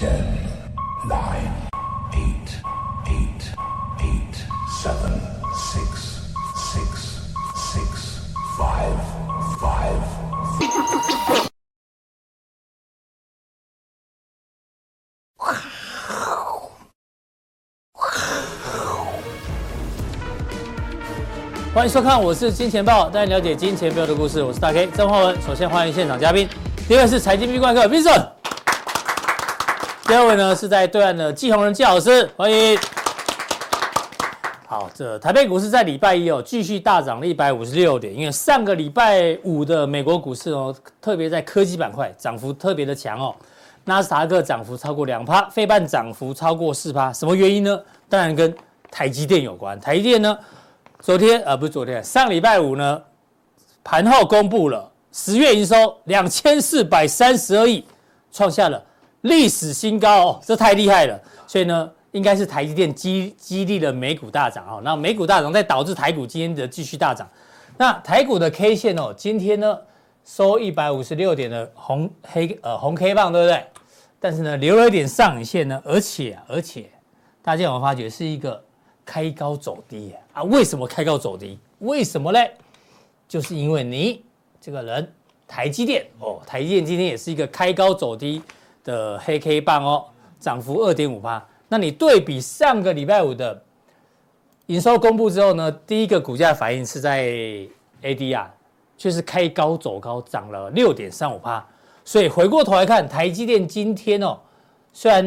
10, 9, 8, 7, 6, 5, 5. 欢迎收看，我是金钱豹，带你了解金钱背后的故事。我是大 K 曾焕文。首先欢迎现场嘉宾，第一位是财经 B 怪客 Vincent， 第二位呢是在对岸的季宏仁季老师，欢迎。好，这台北股市在礼拜一继续大涨了156点，因为上个礼拜五的美国股市特别在科技板块涨幅特别的强纳斯达克涨幅超过2%，费半涨幅超过4%，什么原因呢？当然跟台积电有关。台积电呢？上礼拜五呢，盘后公布了10月营收2432亿，创下了历史新高这太厉害了。所以呢，应该是台积电激励了美股大涨那美股大涨再导致台股今天的继续大涨。那台股的 K 线今天呢收156点的红 K 棒，对不对？但是呢，留了一点上影线呢，而且大家有没有发觉是一个开高走低为什么开高走低？为什么呢？就是因为你这个人台积电台积电今天也是一个开高走低的黑 K 棒涨幅2.5%。那你对比上个礼拜五的营收公布之后呢，第一个股价反应是在 ADR， 却是开高走高，涨了6.35%。所以回过头来看，台积电今天虽然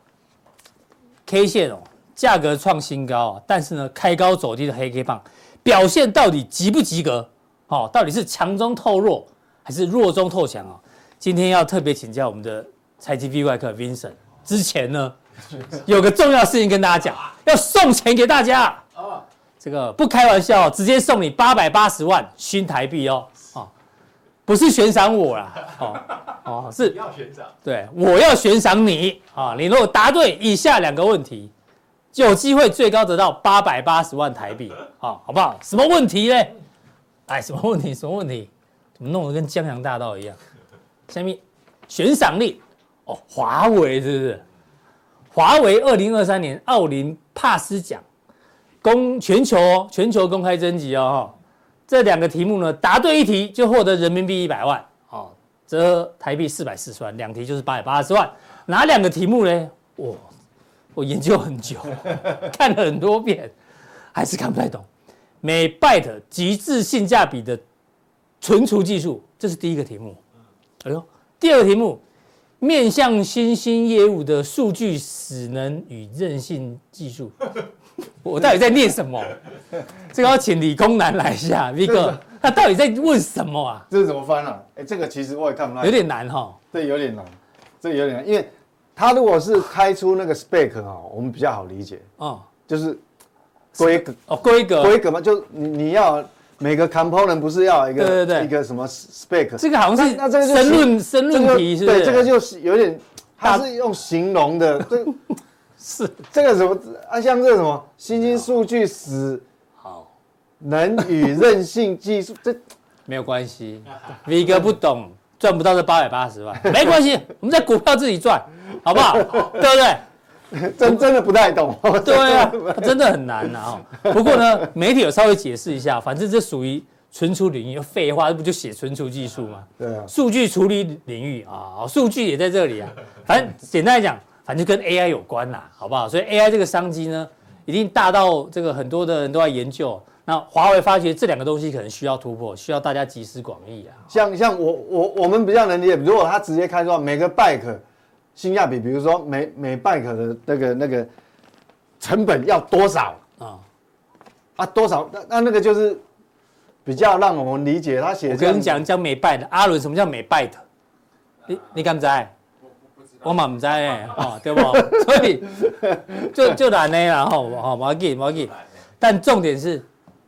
K 线价格创新高但是呢，开高走低的黑 K 棒表现到底及不及格？到底是强中透弱，还是弱中透强今天要特别请教我们的财经 V 怪客 Vincent。之前呢，有个重要事情跟大家讲，要送钱给大家这个不开玩笑直接送你880万新台币不是悬赏我啦是要悬赏， 对，我要悬赏你你如果答对以下2个问题，就有机会最高得到880万台币好不好？什么问题呢？什么问题？怎么弄得跟江洋大盗一样？下面悬赏令华为是不是？华为2023年奥林帕斯奖全球公开征集这2个题目呢，答对1题就获得人民币100万折台币440万，2题就是880万。哪2个题目呢？我研究很久，看了很多遍，还是看不太懂。每 byte 极致性价比的存储技术，这是第一个题目。第二个题目，面向新兴业务的数据使能与韧性技术。我到底在念什么？这个要请理工男来一下 ，V 哥，他到底在问什么啊？ 这是怎么翻啊？这个其实我也看不太懂， 有点难对，有点难，这个有点难，因为他如果是开出那个 spec 我们比较好理解就是规格嘛，就你要每个 component 不是要一个什么 spec， 这个好像是那这个申论题是不是？ 对，这个就是有点，它是用形容的，是这个什么像这个什么新兴数据使能与韧性技术，这没有关系 ，V 哥不懂，赚不到这880万，没关系，我们在股票自己赚，好不好？对不对？ 真的不太懂， 对啊，真的很难不过呢，媒体有稍微解释一下，反正这属于存储领域，废话，这不就写存储技术吗？ 对啊， 数据处理领域数据也在这里反正简单来讲，反正跟 AI 有关啦，好不好？所以 AI 这个商机呢，一定大到这个很多的人都在研究。那华为发觉这2个东西可能需要突破，需要大家集思广益像我们比较能理解，如果他直接开出每个 byte 性价比，比如说每 byte 的那个成本要多少多少，那个就是比较让我们理解。他写， 我跟你讲每 byte， 阿伦什么叫每 byte？ 你敢不知道？我嘛不知道对不？所以就难的啦不要紧。但重点是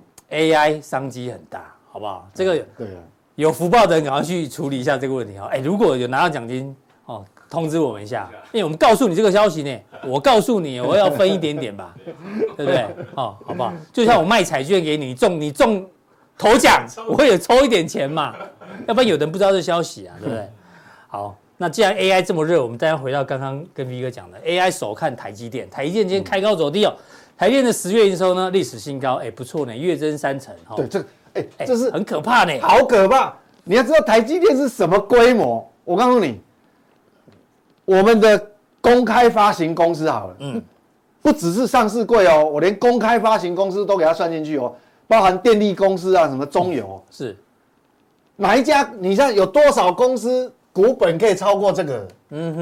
AI 商机很大，好不好？这个对有福报的人赶快去处理一下这个问题如果有拿到奖金通知我们一下，因为我们告诉你这个消息呢，我告诉你我要分一点点吧，对不对？好不好？就像我卖彩券给你，你中头奖，我也抽一点钱嘛，要不然有人不知道这消息对不对？好， 那既然 AI 这么热，我们再要回到刚刚跟 V 哥讲的 AI 首看台积电，台积电今天开高走低哦，台积电的10月营收呢历史新高，不错呢，月增3成。 对，这是很可怕呢， 好可怕！你要知道台积电是什么规模，我告诉你，我们的公开发行公司好了，不只是上市柜哦，我连公开发行公司都给它算进去哦，包含电力公司啊，什么中油， 是哪一家？你像有多少公司股本可以超过这个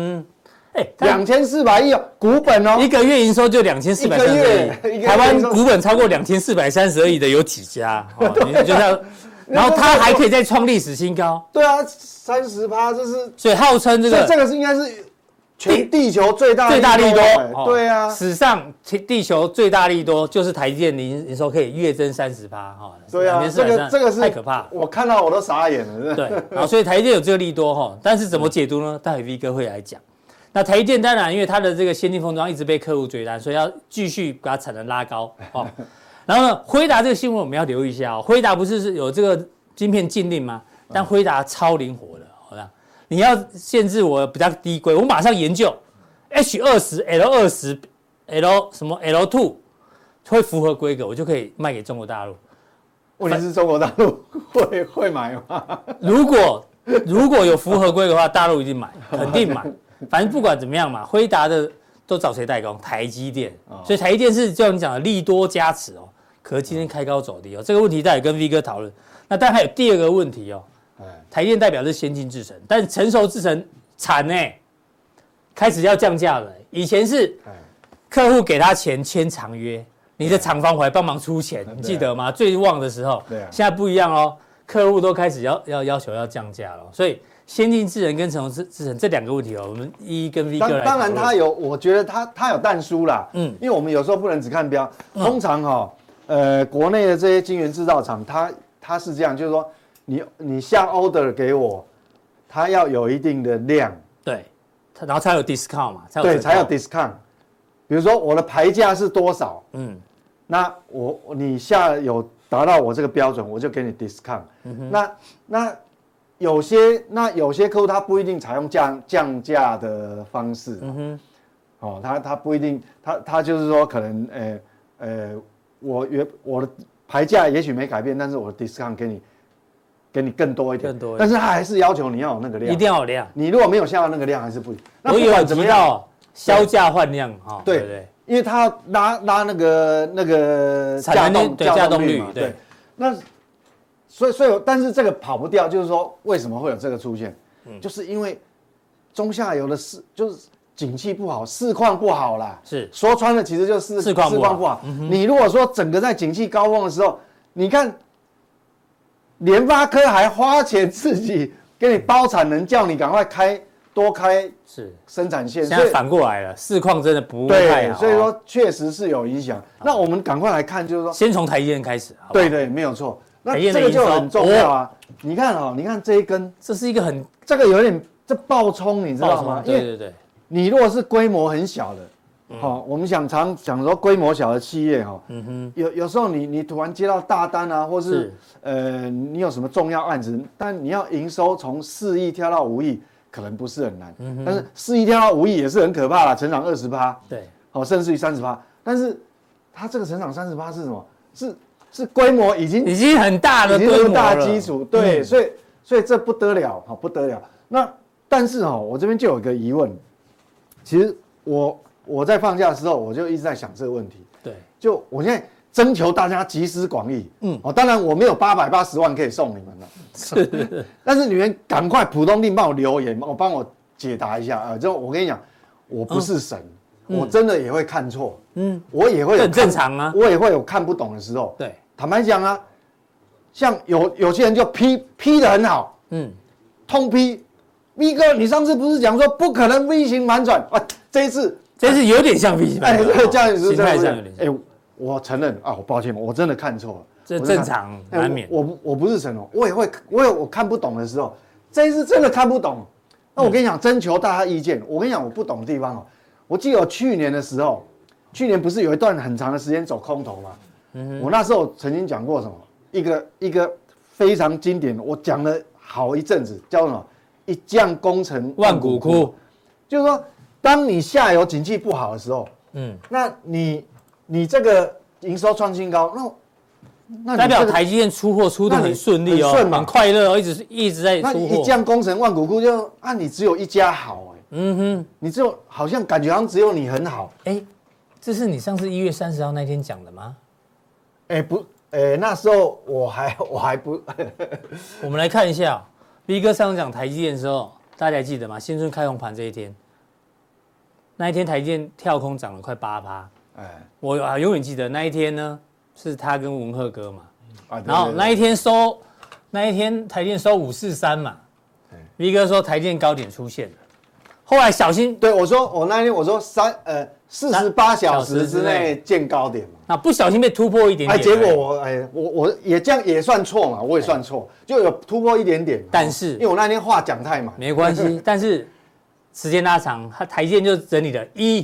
？2400亿哦，股本哦， 一个月营收就2432亿，台湾股本超过2432亿的有几家？你就像，然后它还可以再创历史新高。 对啊，30%，这是， 所以号称这个是应该是全地球最大利多。对啊， 史上地球最大利多就是台积电营收可以月增30%哈。 对啊，这个是太可怕， 我看到我都傻眼了。 对，然后所以台积电有这个利多哈，但是怎么解读呢？待会 V 哥会来讲。那台积电当然因为它的这个先进封装一直被客户追单，所以要继续把产能拉高哦。然后呢，辉达这个新闻我们要留意一下哦。辉达不是有这个晶片禁令吗？但辉达超灵活的，好像你要限制我比较低规，我马上研究 H20、L20、L 什么 L2 会符合规格，我就可以卖给中国大陆。 问题是中国大陆会买吗？ 如果有符合规格的话，大陆一定买，肯定买。反正不管怎么样嘛，辉达的都找谁代工？台积电。所以台积电是就像你讲的利多加持哦。可是今天开高走低哦，这个问题待会跟 V 哥讨论。那当然还有第二个问题哦，台积电代表是先进制程，但成熟制程惨呢，开始要降价了。以前是客户给他钱签长约，你的厂房回来帮忙出钱，你记得吗？最旺的时候，现在不一样哦，客户都开始要求要降价了，所以先进制程跟成熟制程这两个问题哦，我们一一跟 V 哥来讨论。 当然他有，我觉得他有但书啦，因为我们有时候不能只看标，通常国内的这些晶圆制造厂，它是这样，就是说你下 order 给我，它要有一定的量， 对，然后才有 discount 嘛， 才有 discount。比如说我的牌价是多少，那你下有达到我这个标准，我就给你 discount。那有些客户他不一定采用降价的方式，他不一定，他就是说可能我的牌价也许没改变，但是我的 discount 给你更多一点，但是他还是要求你要有那个量， 一定要有量。 你如果没有下到那个量，还是不行。 我有提到销价换量哈，对对， 因为他拉那个价动率，对。 那所以，但是这个跑不掉，就是说为什么会有这个出现？就是因为中下游的就是景气不好，市况不好啦。是说穿了，其实就是市况不好。你如果说整个在景气高峰的时候，你看联发科还花钱自己给你包产能，叫你赶快多开生产线。 现在反过来了，市况真的不会太好。 所以说确实是有影响。那我们赶快来看，就是说先从台积电开始。 对，没有错。那这个就很重要啊！你看这一根， 这是一个这个有点爆冲，你知道吗？ 对。你如果是规模很小的，我们常讲说规模小的企业有时候你突然接到大单啊，或是你有什么重要案子，但你要营收从4亿跳到5亿，可能不是很难。但是4亿跳到5亿也是很可怕啦，成长20%，对，甚至于30%。但是它这个成长30%是什么？是规模已经很大的规模了，已经大基础，对，所以这不得了，不得了。那但是我这边就有一个疑问，其实我在放假的时候，我就一直在想这个问题。对，就我现在征求大家集思广益，当然我没有880万可以送你们了，是，但是你们赶快浦东定帮我留言，帮我解答一下啊！就我跟你讲，我不是神。我真的也会看错，我也会很正常啊， 我也会有看不懂的时候。对，坦白讲啊，像有些人就批得很好，痛批 V 哥，你上次不是讲说不可能 V 型反转啊？这一次有点像 V 型反转， 这样子形态上有点像。 我承认啊，我抱歉，我真的看错了， 这正常难免。 我不是神哦，我有看不懂的时候，这一次真的看不懂。那我跟你讲，征求大家意见。我跟你讲，我不懂的地方我记得我去年的时候，去年不是有一段很长的时间走空头吗？我那时候曾经讲过什么？一个非常经典，我讲了好一阵子，叫什么一将功成万骨枯， 就是说，当你下游景气不好的时候，那你这个营收创新高，那代表台积电出货出得很顺利哦，很快乐哦，一直在出货。 那一将功成万骨枯，就你只有一家好你只有好像感觉好像只有你很好。 这是你上次1月30号那天讲的吗？ 不，那时候我还不。 我们来看一下，V 哥上次讲台积电的时候，大家还记得吗？新春开红盘这一天，那一天台积电跳空涨了快8%。我永远记得那一天呢，是他跟文赫哥嘛，然后那一天台积电收543嘛，V 哥说台积电高点出现了，后来小心， 对我那天我说48小时之内见高点嘛， 那不小心被突破一点点， 结果我也这样也算错嘛，我也算错，就有突破一点点， 但是因为我那天话讲太满， 没关系，但是时间拉长，它台积电就整理了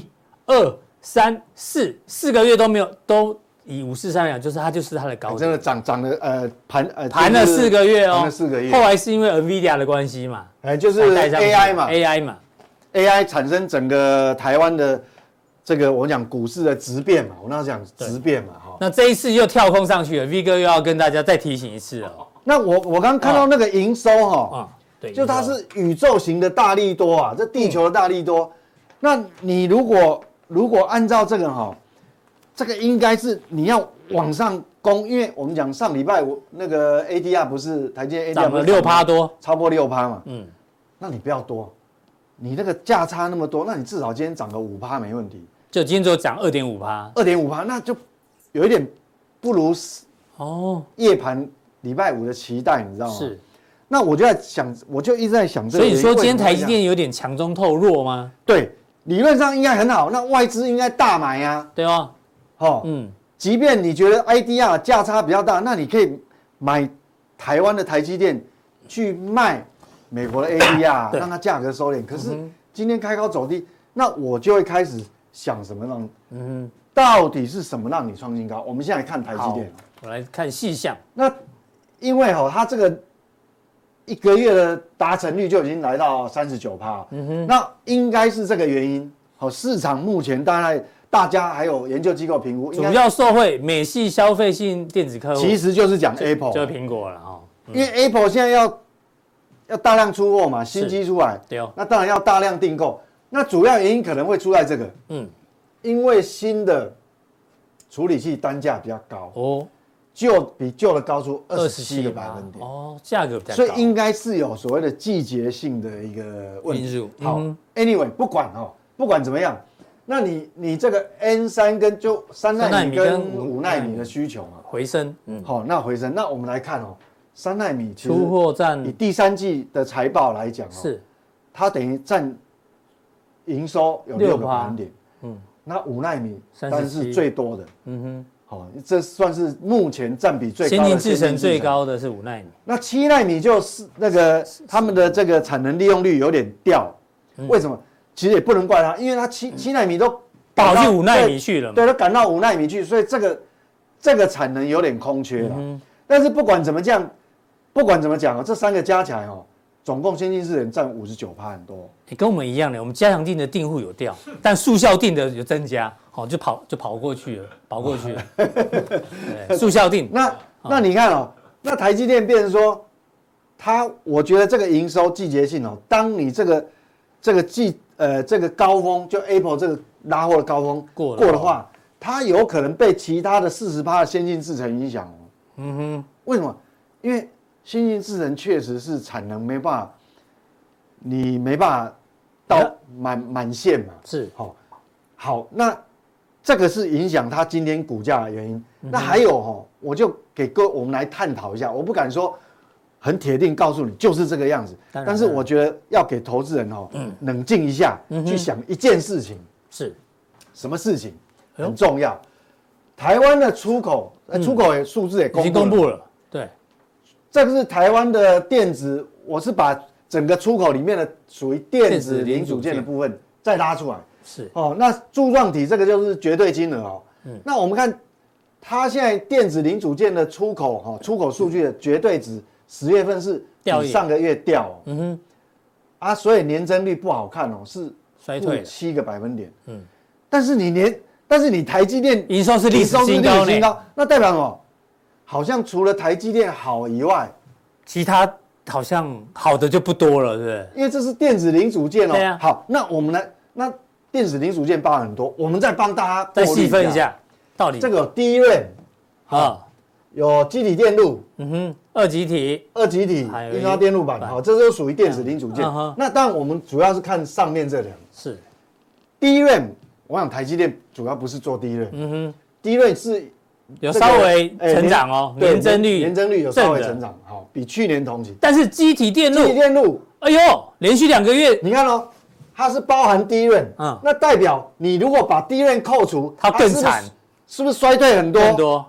1、2、3、4个月都没有都。以543来讲，就是它的高点， 真的涨了盘了4个月哦， 盘了4个月。 后来是因为 NVIDIA 的关系嘛， 就是 AI 嘛，AI 产生整个台湾的这个我讲股市的质变嘛，我那时候讲质变嘛哈。 那这一次又跳空上去了 ，V 哥又要跟大家再提醒一次了。 那我刚看到那个营收哈， 对， 就它是宇宙型的大利多啊，这地球的大利多。那你如果按照这个哈。这个应该是你要往上攻，因为我们讲上礼拜五那个 ADR 不是台积电 ADR 涨了6%多， 超过6%嘛，那你不要多，你那个价差那么多，那你至少今天涨个5%没问题。 就今天只有涨2.5%， 那就有一点不如夜盘礼拜五的期待，你知道吗？ 是。 那我就在想，我就一直在想这个。 所以说今天台积电有点强中透弱吗？ 对，理论上应该很好，那外资应该大买啊， 对吧？ 即便你觉得 IDR 价差比较大，那你可以买台湾的台积电去卖美国的 ADR， 让它价格收敛。可是今天开高走低，那我就会开始想什么让，到底是什么让你创新高？我们现在看台积电， 我来看细项。 那因为它这个1个月的达成率就已经来到39%，那应该是这个原因。市场目前大家还有研究机构评估， 主要受惠美系消费性电子客户， 其实就是讲 Apple， 就是苹果了因为 Apple 现在要大量出货嘛，新机出来， 对那当然要大量订购。那主要原因可能会出在这个，因为新的处理器单价比较高就比旧的高出27个百分点价格比较高， 所以应该是有所谓的季节性的一个问题。好 ，Anyway， 不管怎么样。那你这个 N3 跟就3奈米跟5奈米的需求嘛回升， 那回升，那我们来看3奈米出货占以第3季的财报来讲是， 它等于占营收有6个百分点，那5奈米当然是最多的，这算是目前占比最高的， 先进制程最高的是5奈米， 那7奈米就是那个他们的这个产能利用率有点掉，为什么？其实也不能怪他，因为他7奈米都跑去5奈米去了嘛， 对，他赶到5奈米去，所以这个产能有点空缺了。但是不管怎么讲这3个加起来总共先进制程占59%很多。 跟我们一样的，我们加强定的订户有掉，但速效定的有增加，就跑过去了，速效定。 那你看那台积电变成说，我觉得这个营收季节性当你这个高峰，就 Apple 这个拉货的高峰过的话，它有可能被其他的40%的先进制程影响为什么？因为先进制程确实是产能没办法，你没办法到满线嘛。 是。 好，那这个是影响它今天股价的原因。那还有我就给我们来探讨一下，我不敢说。很铁定告诉你就是这个样子，但是我觉得要给投资人冷静一下，去想一件事情， 是什么事情很重要。台湾的出口数字也已经公布了，对， 这个是台湾的电子，我是把整个出口里面的属于电子零组件的部分再拉出来， 是那柱状体这个就是绝对金额那我们看它现在电子零组件的出口数据的绝对值。10月份是比上个月掉啊，所以年增率不好看哦，是衰退 7个百分点。但是你台积电营收是历史新高呢， 那代表什么？好像除了台积电好以外， 其他好像好的就不多了，对不对？ 因为这是电子零组件哦。 对啊。 好，那我们来，那电子零组件包含很多，我们再帮大家再细分一下，到底这个有 DRAM 啊，有基体电路， 二极体， 印刷电路板，好，这都属于电子零组件。那当然我们主要是看上面这两个。 是 DRAM， 我想台积电主要不是做 DRAM，DRAM 是有稍微成长哦，年增率有稍微成长，好，比去年同期。 但是基体电路，哎呦，连续2个月， 你看哦，它是包含 DRAM，那代表你如果把 DRAM 扣除， 它更惨， 是不是衰退很多？ 更多，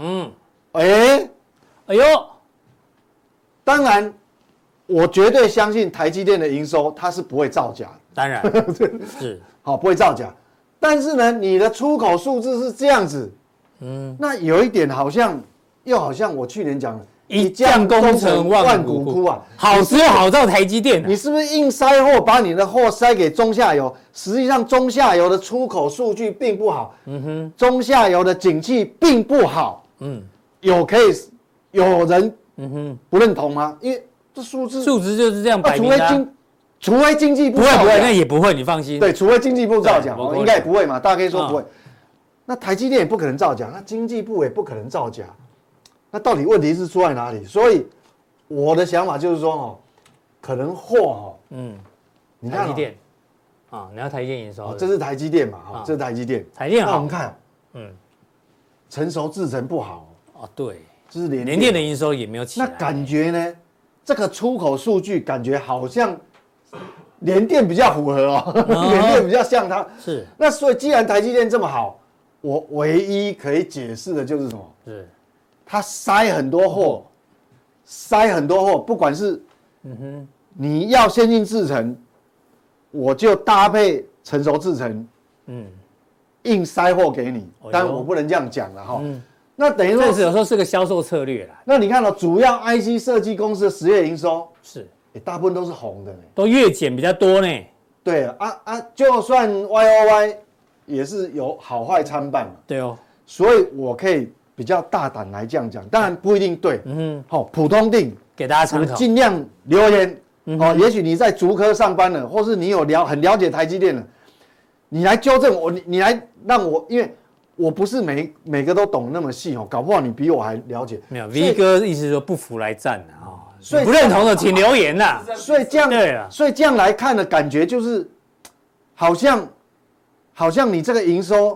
哎呦， 当然，我绝对相信台积电的营收它是不会造假的， 当然是好，不会造假。但是呢，你的出口数字是这样子，那有一点好像我去年讲的， 一将功成万骨枯啊，好只有好到台积电， 你是不是硬塞货，把你的货塞给中下游？实际上中下游的出口数据并不好，中下游的景气并不好，有 case 有人不认同吗？因为这数值就是这样摆明的。 除非经济部不会，那也不会，你放心。 对，除非经济部造假，应该也不会嘛，大家可以说不会。那台积电也不可能造假，那经济部也不可能造假，那到底问题是出在哪里？所以我的想法就是说，可能货你看台积电啊，你要台积电营收， 这是台积电嘛，这是台积电， 好。 那我们看，成熟制程不好哦，对， 就是联电的营收也没有起来。 那感觉呢，这个出口数据感觉好像。联电比较符合联电比较像它。 是。 那所以既然台积电这么好，我唯一可以解释的就是什么？ 是。 它塞很多货，不管是你要先进制程，我就搭配成熟制程，硬塞货给你。当然我不能这样讲了哈。那等于说， 这有时候是个销售策略啦。 那你看主要 IC 设计公司的10月营收是。 大部分都是红的呢， 都月减比较多呢。 对就算 YOY 也是有好坏参半嘛。 对哦， 所以我可以比较大胆来这样讲，当然不一定对。普通定给大家参考， 尽量留言。也许你在竹科上班了，或是你有很了解台积电了，你来纠正我，你来让我，因为我不是每个都懂那么细搞不好你比我还了解。 没有 V 哥意思是说不服来战的所以不认同的请留言呐。 所以这样对啊，所以这样来看的感觉就是，好像你这个营收，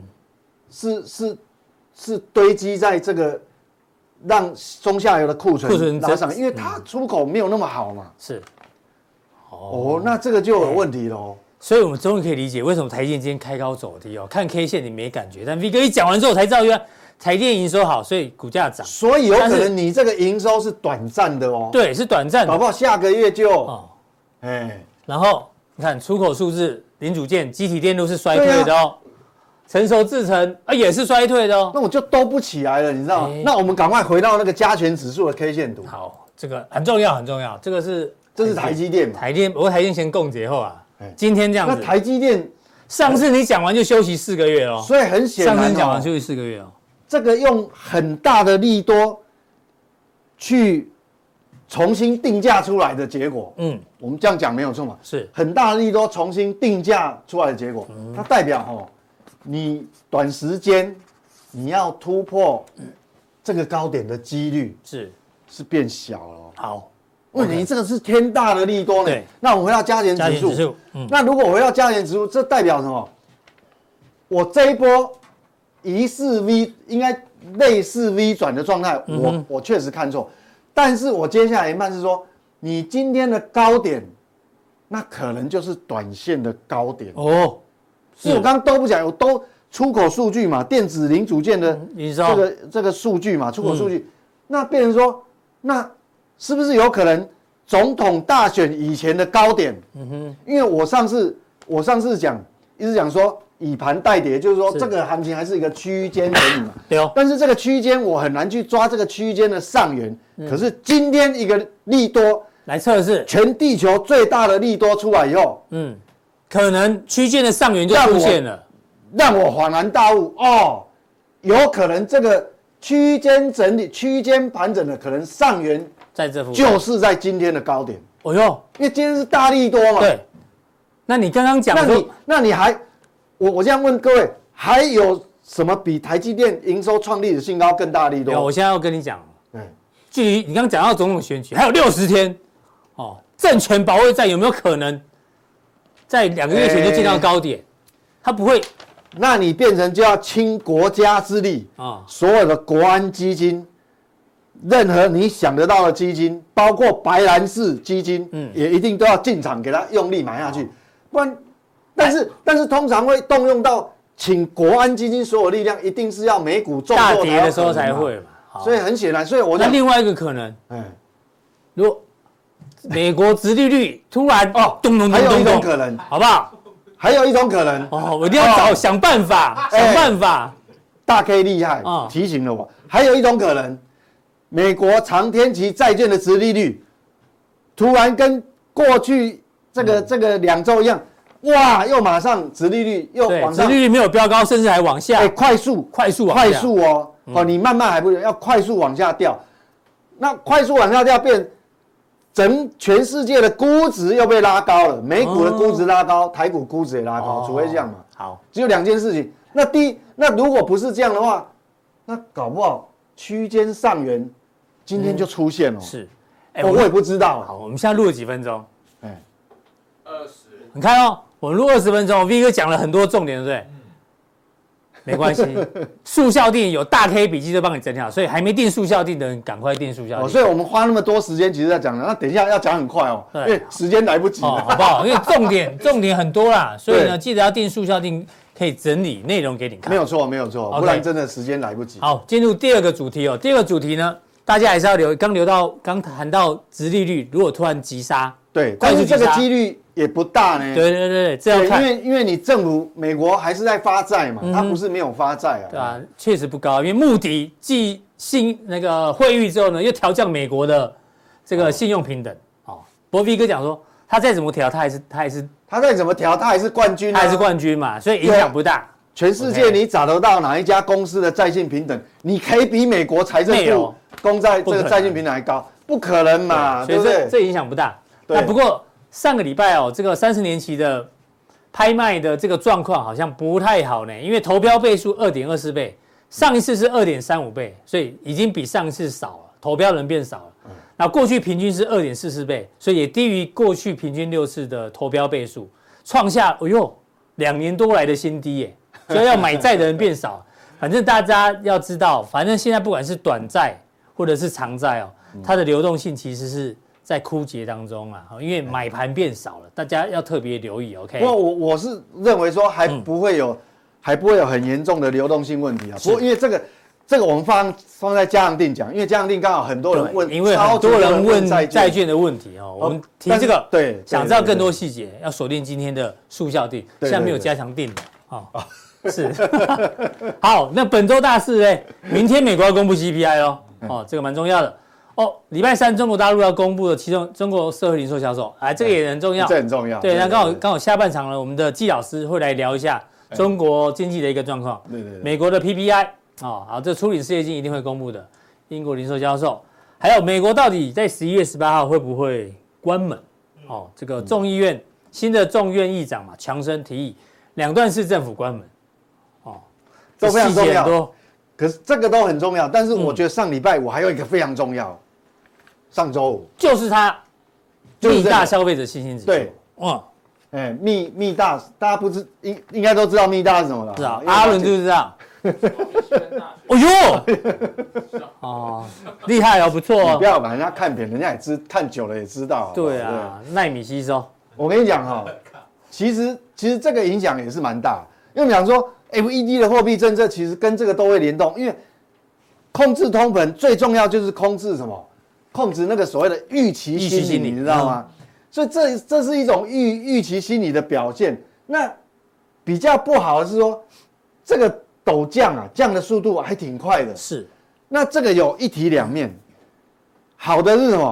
是堆积在这个让中下游的库存拉上，因为它出口没有那么好嘛。是。那这个就有问题喽。 所以我们终于可以理解为什么台积电今天开高走低看 K 线你没感觉，但 V 哥一讲完之后才知道原来。台电营收好，所以股价涨。 所以有可能你这个营收是短暂的哦。 对，是短暂的， 搞不好下个月就然后你看出口数字，零组件、基体电路是衰退的成熟制程也是衰退的那我就都不起来了，你知道吗？那我们赶快回到那个加权指数的 K 线图。 好，这个很重要，这个这是台积电嘛？ 不过台积电先供节后今天这样子。 那台积电上次你讲完就休息4个月所以很显然上次讲完休息4个月这个用很大的利多去重新定价出来的结果，我们这样讲没有错嘛？是很大的利多重新定价出来的结果，它代表你短时间你要突破这个高点的几率是变小了好， 问题这个是天大的利多呢。那我们回到加权指数，那如果回到加权指数，这代表什么？我这一波。疑似 V 应该类似 V 转的状态，我确实看错，但是我接下来研判是说，你今天的高点，那可能就是短线的高点是我刚刚都不讲，我都出口数据嘛，电子零组件的这个数据嘛，出口数据，那变成说，那是不是有可能总统大选以前的高点？因为我上次一直讲说。以盘带跌，就是说这个行情还是一个区间而已嘛。对但是这个区间我很难去抓这个区间的上缘。可是今天一个利多来测试， 全地球最大的利多出来以后， 可能区间的上缘就出现了， 让我恍然大悟哦，有可能这个区间整理、区间盘整的可能上缘在这附近， 就是在今天的高点。 哦哟， 因为今天是大利多嘛。 对。那你刚刚讲说， 那你还，我这样问各位，还有什么比台积电营收创历史新高更大利多？ 我现在要跟你讲，距离你刚刚讲到总统选举还有60天，哦，政权保卫战有没有可能在2个月前就见到高点？它不会， 那你变成就要倾国家之力啊，所有的国安基金，任何你想得到的基金，包括白兰氏基金，也一定都要进场给它用力买下去，不然，但是通常会动用到请国安基金所有力量，一定是要美股重大跌的时候才会嘛， 所以很显然，所以我那另外一个可能，如果美国殖利率突然咚咚咚咚， 还有一种可能， 好不好？ 还有一种可能我一定要想办法，想办法。 大 K 厉害，提醒了我。还有一种可能，美国长天期债券的殖利率突然跟过去这个2周一样，哇，又马上殖利率又往上， 殖利率没有飙高，甚至还往下， 快速哦，你慢慢还不行，要快速往下掉。那快速往下掉变。全世界的估值又被拉高了，美股的估值拉高，台股估值也拉高，除非这样嘛。 好， 只有2件事情。那如果不是这样的话，那搞不好区间上缘今天就出现了。 是， 我也不知道。 好，我们现在录了几分钟？20。你看哦，我们录20分钟 ，V 哥讲了很多重点，对不对？没关系，速效定有大 K 笔记都帮你整理好，所以还没定速效定的人赶快定速效定。 所以我们花那么多时间，其实在讲的，那等一下要讲很快哦，因为时间来不及了， 好不好？因为重点很多啦，所以呢，记得要定速效定，可以整理内容给你看。 没有错，没有错，不然真的时间来不及。 好，进入第二个主题哦。第二个主题呢，大家还是要刚谈到殖利率，如果突然急杀， 对，但是这个几率也不大呢。 对，这样看， 因为你政府美国还是在发债嘛，它不是没有发债啊。 对啊，确实不高，因为穆迪继那个惠誉之后呢，又调降美国的这个信用平等。博 V 哥讲说，他再怎么调，他再怎么调，他还是冠军， 他还是冠军嘛，所以影响不大。 全世界你找得到哪一家公司的债信平等，你可以比美国财政部公债这个债信平等还高？不可能嘛，对不对？ 这影响不大。那不过上个礼拜这个30年期的拍卖的这个状况好像不太好呢，因为投标倍数2.24倍，上一次是2.35倍，所以已经比上一次少了，投标人变少了。那过去平均是2.44倍，所以也低于过去平均6次的投标倍数，创下2年多来的新低耶。所以要买债的人变少，反正大家要知道，反正现在不管是短债或者是长债它的流动性其实是在枯竭当中啊，因为买盘变少了，大家要特别留意。OK， 不过我是认为说还不会有很严重的流动性问题啊。不过因为这个我们放在嘉阳定讲，因为嘉阳定刚好很多人问， 因为很多人问债券的问题我们提这个， 对， 想知道更多细节，要锁定今天的速效定，现在没有加强定的是，好，那本周大事呢？明天美国要公布 CPI 这个蛮重要的礼拜3中国大陆要公布的其中中国社会零售销售，这个也很重要， 这很重要。 对，那刚好下半场呢，我们的季老师会来聊一下中国经济的一个状况。对，美国的 PPI 好，这初领失业金一定会公布的，英国零售销售，还有美国到底在11月18号会不会关门？这个众议院新的众院议长强生提议2段式政府关门。 都非常重要，可是这个都很重要，但是我觉得上礼拜五还有一个非常重要，上周五就是它密大消费者信心指数。 对，密大大家不知应该都知道密大是什么了， 知道，阿伦就知道。厉害不错你不要把人家看扁，人家也看久了也知道。 对啊，奈米吸收。 我跟你讲其实这个影响也是蛮大，因为我们讲说。FED 的货币政策其实跟这个都会联动，因为控制通膨最重要就是控制什么？控制那个所谓的预期心理，你知道吗？所以这是一种预期心理的表现。那比较不好的是说，这个陡降降的速度还挺快的。 是。 那这个有一体两面，好的是什么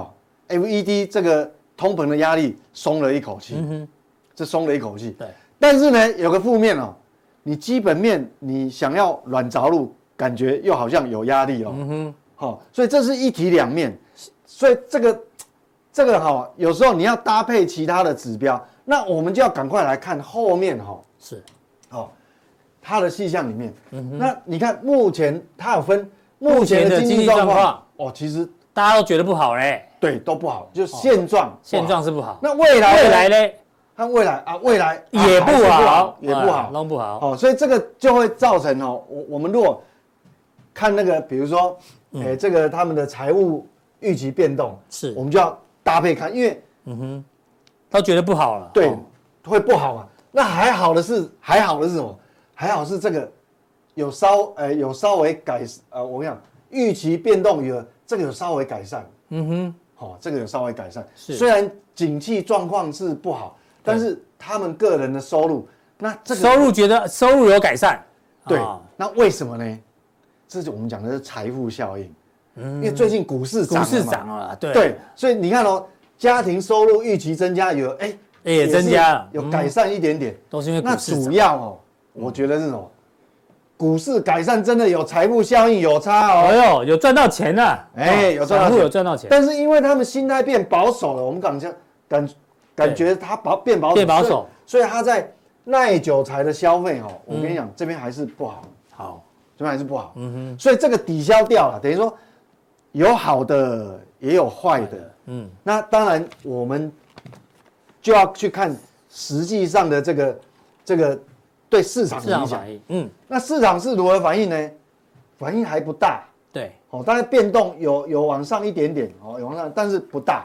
FED 这个通膨的压力松了一口气，这松了一口气。 对， 但是呢，有个负面哦，你基本面你想要软着陆，感觉又好像有压力哦。好，所以这是一体两面，所以这个哈，有时候你要搭配其他的指标，那我们就要赶快来看后面哈。 是， 它的细项里面，那你看目前它有分目前的经济状况哦，其实大家都觉得不好嘞， 对都不好，就现状是不好。 那未来嘞？ 看未来啊，未来也不好， 也不好， 弄不好。 哦，所以这个就会造成哦，我们如果看那个，比如说，这个他们的财务预期变动， 是我们就要搭配看，因为都觉得不好了， 对，会不好嘛。那还好的是什么？还好是这个有稍微改，我跟你讲，预期变动这个有稍微改善，这个有稍微改善。虽然景气状况是不好，但是他们个人的收入，那这个收入有改善， 对，那为什么呢？这就我们讲的是财富效应，因为最近股市涨了， 对，所以你看哦，家庭收入预期增加也增加了， 有改善一点点， 都是因为股市涨。 那主要哦，我觉得是什么？股市改善真的有财富效应，有差哦。 哎呦，有赚到钱了， 有赚到钱。但是因为他们心态变保守了，我们感觉他变保守，所以他在耐久材的消费哦，我跟你讲，这边还是不好。这边还是不好。所以这个抵消掉了，等于说有好的也有坏的。那当然我们就要去看实际上的这个对市场的影响。那市场是如何反应呢？反应还不大。 对， 当然变动有往上一点点，有往上，但是不大。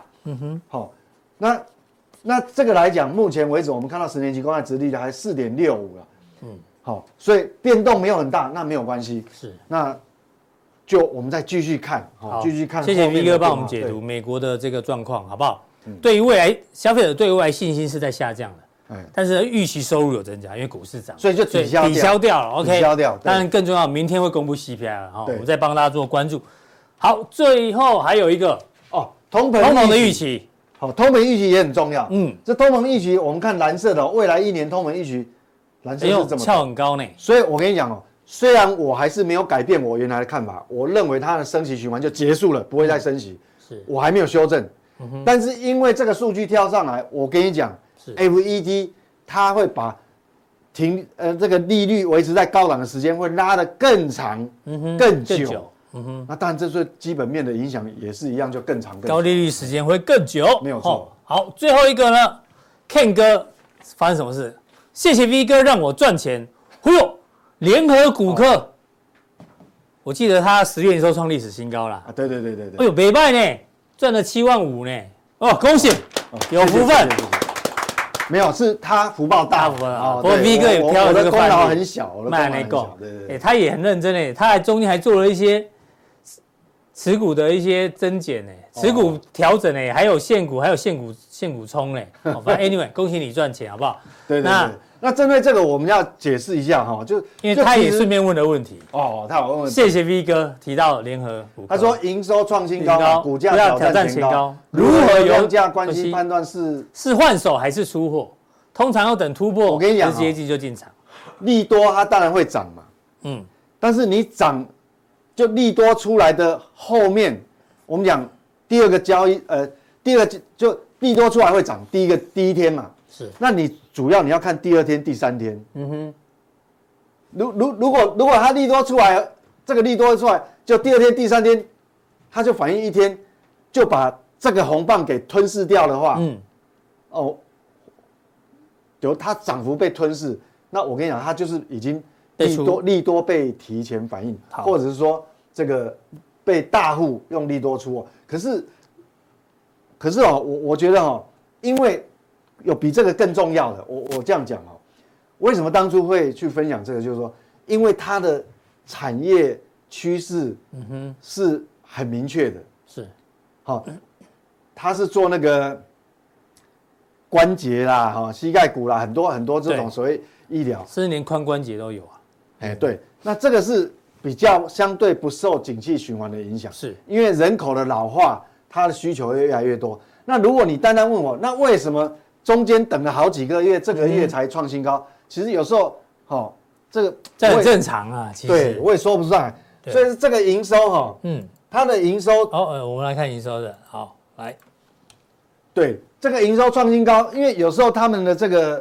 那这个来讲，目前为止我们看到10年期公债殖利率还4.65了。所以变动没有很大，那没有关系。是，那就我们再继续看，继续看。 谢谢 V 哥帮我们解读美国的这个状况，好不好？对于未来消费者对未来信心是在下降的，但是预期收入有增加，因为股市涨， 所以就抵消掉了。 OK， 抵消掉。 当然更重要，明天会公布 CPI 了，我们再帮大家做关注。好，最后还有一个通膨的预期。 好，通膨预期也很重要。这通膨预期我们看蓝色的，未来1年通膨预期。蓝色是这么翘很高呢， 所以我跟你讲虽然我还是没有改变我原来的看法，我认为它的升息循环就结束了，不会再升息，我还没有修正。但是因为这个数据跳上来，我跟你讲 ，FED 它会把这个利率维持在高档的时间会拉得更长、更久。那当然这对基本面的影响也是一样，就更长更久。 高利率时间会更久， 没有错。 好，最后一个呢 ，Ken 哥发生什么事？谢谢 V 哥让我赚钱。联合股客，我记得他10月营收创历史新高了。 对。 哎呦，没败呢，赚了7万5呢。恭喜，有福分。 没有，是他福报大。 不过 V 哥也挑了这个功劳很小， 卖那个。对，他也很认真诶，他还中间还做了一些持股的一些增减呢，持股调整呢，还有现股，还有现股冲呢。反正 anyway， 恭喜你赚钱，好不好？ 对。那针对这个，我们要解释一下就因为他也顺便问了问题。 他有问问题。 谢谢 V 哥提到联合股， 他说营收创新高，股价挑战前高，如何由价关系判断是换手还是出货？通常要等突破， 我跟你讲， 阶级就进场。 利多它当然会涨嘛，但是你涨就利多出来的后面，我们讲第二个交易，第二个就利多出来会涨，第一天嘛。是，那你主要你要看第2天、第3天。如果它利多出来，这个利多出来，就第2天、第3天，它就反映1天，就把这个红棒给吞噬掉的话，它涨幅被吞噬，那我跟你讲，它就是已经利多被提前反映，或者是说这个被大户用利多出。可是我觉得因为有比这个更重要的，我这样讲为什么当初会去分享这个？就是说，因为它的产业趋势是很明确的，是它是做那个关节啦、膝盖骨啦，很多这种所谓医疗， 甚至连髋关节都有啊。 对，那这个是比较相对不受景气循环的影响，是因为人口的老化， 它的需求会越来越多。那如果你单单问我，那为什么中间等了好几个月，这个月才创新高？其实有时候，这很正常啊。其实对，我也说不上来。所以这个营收，它的营收， 我们来看营收的，好，来， 对，这个营收创新高，因为有时候他们的这个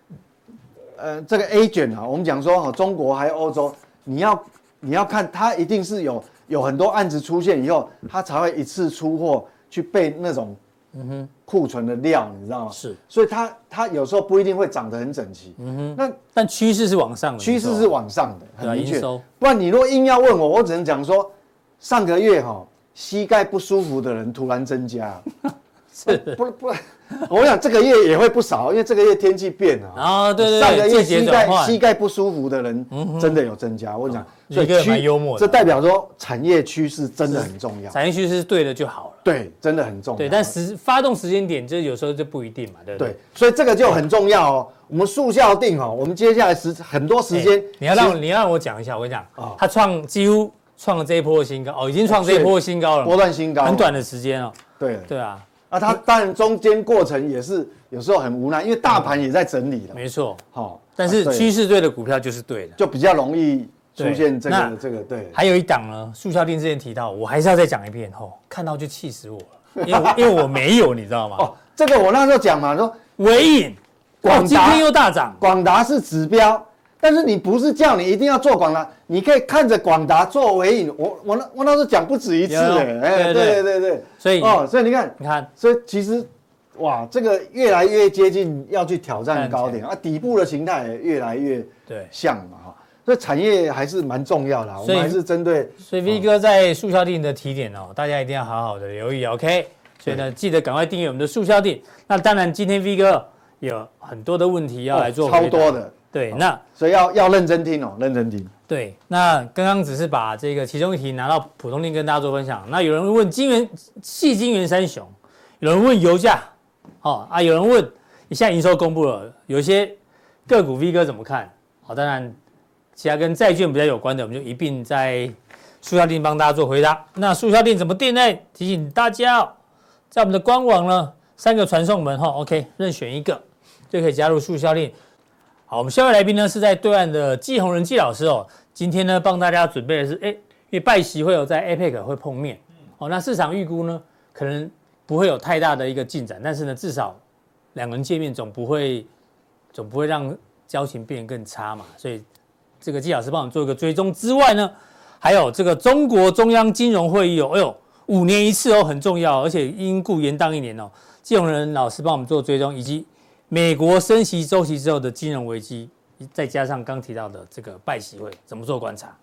A 卷啊，我们讲说中国还有欧洲，你要看它一定是有很多案子出现以后，它才会一次出货去备那种库存的料，你知道吗？ 是， 所以它有时候不一定会长得很整齐。 但趋势是往上的， 趋势是往上的，很明确。 营收， 不然你如果硬要问我，我只能讲说，上个月膝盖不舒服的人突然增加。 是不，我想这个月也会不少，因为这个月天气变了啊。对， 上个月膝盖不舒服的人真的有增加。我讲， 所以蛮幽默的， 这代表说产业趋势真的很重要。 产业趋势是对的就好了。 对，真的很重要。 对，但发动时间点就有时候就不一定嘛，对不对？ 对，所以这个就很重要哦。我们速效定我们接下来很多时间， 你要让我讲一下，我跟你讲，它几乎创了这一波的新高，已经创这一波的新高了， 波段新高， 很短的时间哦。 对啊。 它当然中间过程也是有时候很无奈，因为大盘也在整理了。 没错，但是趋势对的股票就是对的， 就比较容易出现这个对。 还有一档呢，速效定之前提到，我还是要再讲一遍看到就气死我了，因为我没有，你知道吗？ 这个我那时候讲嘛，说微影，今天又大涨， 广达是指标。但是你不是叫你一定要做广达，你可以看着广达做微影。我那时候讲不止一次对。所以你看，所以其实哇，这个越来越接近要去挑战高点底部的形态也越来越像嘛所以产业还是蛮重要的，我们还是针对。 所以 V 哥在速效定的提点大家一定要好好的留意 ，OK？ 所以呢，记得赶快订阅我们的速效定。那当然，今天 V 哥有很多的问题要来做回答， 超多的。 对，那所以要认真听认真听。 对，那刚刚只是把这个其中一题拿到普通定跟大家做分享。那有人问细晶圆三雄，有人问油价，有人问现在营收公布了，有一些个股 V 哥怎么看？当然其他跟债券比较有关的，我们就一并在速效定帮大家做回答。那速效定怎么定呢？提醒大家在我们的官网呢，3个传送门OK， 任选一个就可以加入速效定。好，我们下位来宾呢是在对岸的季宏仁季老师今天呢帮大家准备的是，因为拜习会在 APEC 会碰面，那市场预估呢可能不会有太大的一个进展，但是呢至少两人见面总不会让交情变更差嘛，所以这个季老师帮我们做一个追踪之外呢，还有这个中国中央金融会议5年一次很重要，而且因故延宕1年季宏仁老师帮我们做追踪，以及美国升息周期之后的金融危机，再加上刚提到的这个拜习会，怎么做观察？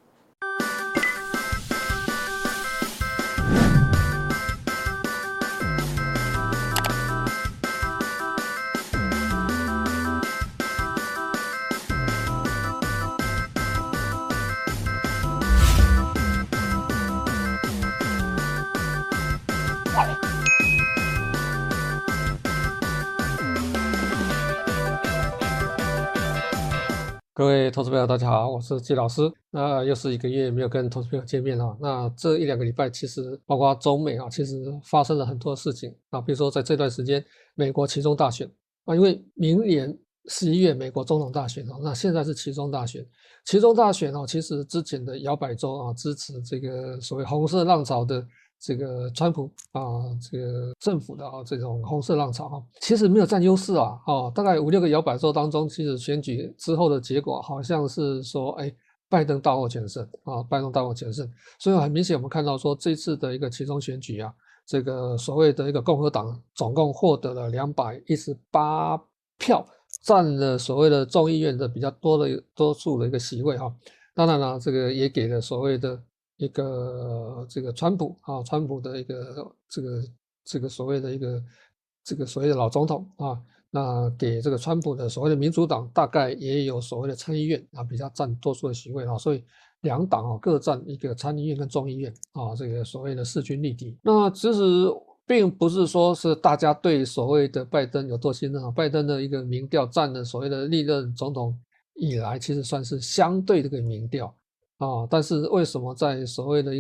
各位投资朋友，大家好，我是季老师。那又是1个月没有跟投资朋友见面那这1-2个礼拜，其实包括中美其实发生了很多事情比如说在这段时间，美国期中大选因为明年11月美国总统大选那现在是期中大选。期中大选其实之前的摇摆州支持这个所谓红色浪潮的这个川普这个政府的这种红色浪潮其实没有占优势大概5-6个摇摆州当中，其实选举之后的结果好像是说，拜登大获全胜拜登大获全胜，所以很明显我们看到说这次的一个期中选举这个所谓的一个共和党总共获得了218票，占了所谓的众议院的比较多数的一个席位当然了，这个也给了所谓的一个这个川普的一个这个所谓的一个这个所谓的老总统那给这个川普的所谓的民主党大概也有所谓的参议院比较占多数的席位所以两党各占一个参议院跟众议院这个所谓的势均力敌。那其实并不是说是大家对所谓的拜登有多信任拜登的一个民调占了所谓的历任总统以来其实算是相对的一个民调但是为什么在所谓的一个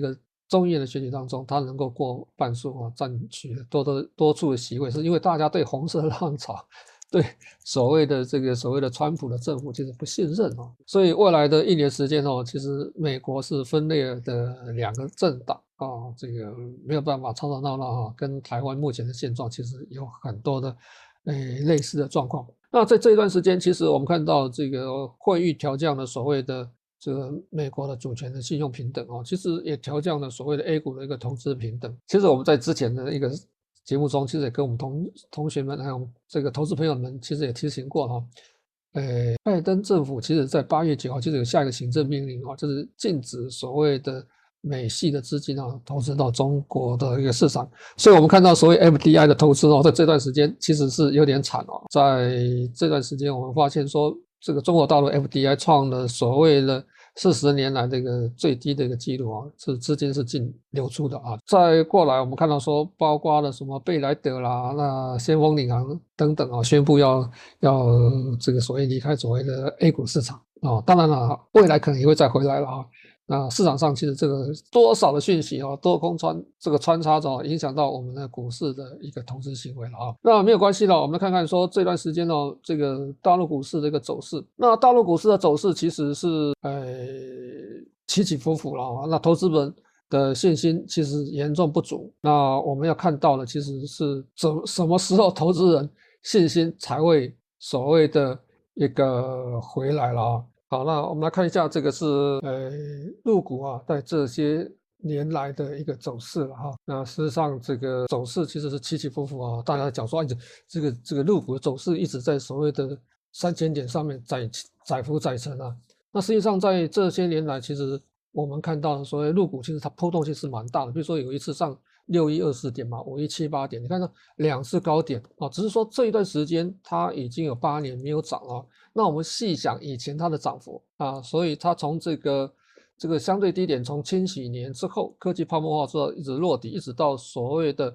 众议院的选举当中，他能够过半数啊，占取多数的席位，是因为大家对红色浪潮，对所谓的川普的政府其实不信任哦，所以未来的1年时间哦，其实美国是分裂的2个政党啊，这个没有办法吵吵闹闹啊，跟台湾目前的现状其实有很多的类似的状况。那在这一段时间，其实我们看到这个会议调降了所谓的这个美国的主权的信用平等哦，其实也调降了所谓的 A 股的一个投资平等。其实我们在之前的一个节目中，其实也跟我们同学们还有这个投资朋友们，其实也提醒过哈。拜登政府其实在8月9号其实有下一个行政命令就是禁止所谓的美系的资金投资到中国的一个市场，所以我们看到所谓 FDI 的投资在这段时间其实是有点惨在这段时间我们发现说，这个中国大陆 FDI 创了所谓的40年来的一个最低的一个记录是资金是净流出的再过来我们看到说，包括了什么贝莱德啦、那先锋领航等等宣布要这个所谓离开所谓的 A 股市场当然了，未来可能也会再回来了那市场上其实这个多少的讯息多空穿插着影响到我们的股市的一个投资行为了那没有关系了，我们看看说这段时间这个大陆股市的一个走势。那大陆股市的走势其实是起起伏伏了那投资人的信心其实严重不足。那我们要看到的其实是什么时候投资人信心才会所谓的一个回来了好，那我们来看一下这个是陆股在这些年来的一个走势了那事实上这个走势其实是起起伏伏大家讲说这个陆股的走势一直在所谓的3000点上面载浮载沉那实际上在这些年来，其实我们看到所谓陆股其实它波动性是蛮大的，比如说有一次上6124点嘛，5178点，你看到2次高点只是说这一段时间它已经有8年没有涨了。那我们细想以前它的涨幅所以它从这个相对低点，从千禧年之后科技泡沫化之后一直落底，一直到所谓的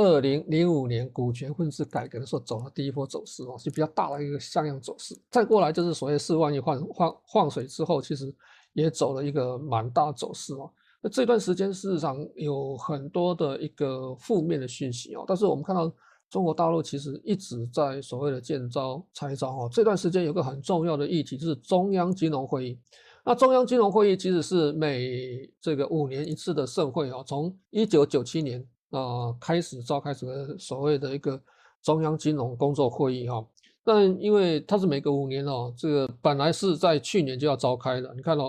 2005年股权混置改革的时候走了第一波走势是比较大的一个像样走势。再过来就是所谓4万亿换水之后，其实也走了一个蛮大走势那这段时间事实上有很多的一个负面的讯息但是我们看到中国大陆其实一直在所谓的见招拆招这段时间有个很重要的议题就是中央金融会议。那中央金融会议其实是每这个5年一次的盛会从1997年开始召开这个所谓的一个中央金融工作会议但因为它是每个5年这个本来是在去年就要召开的，你看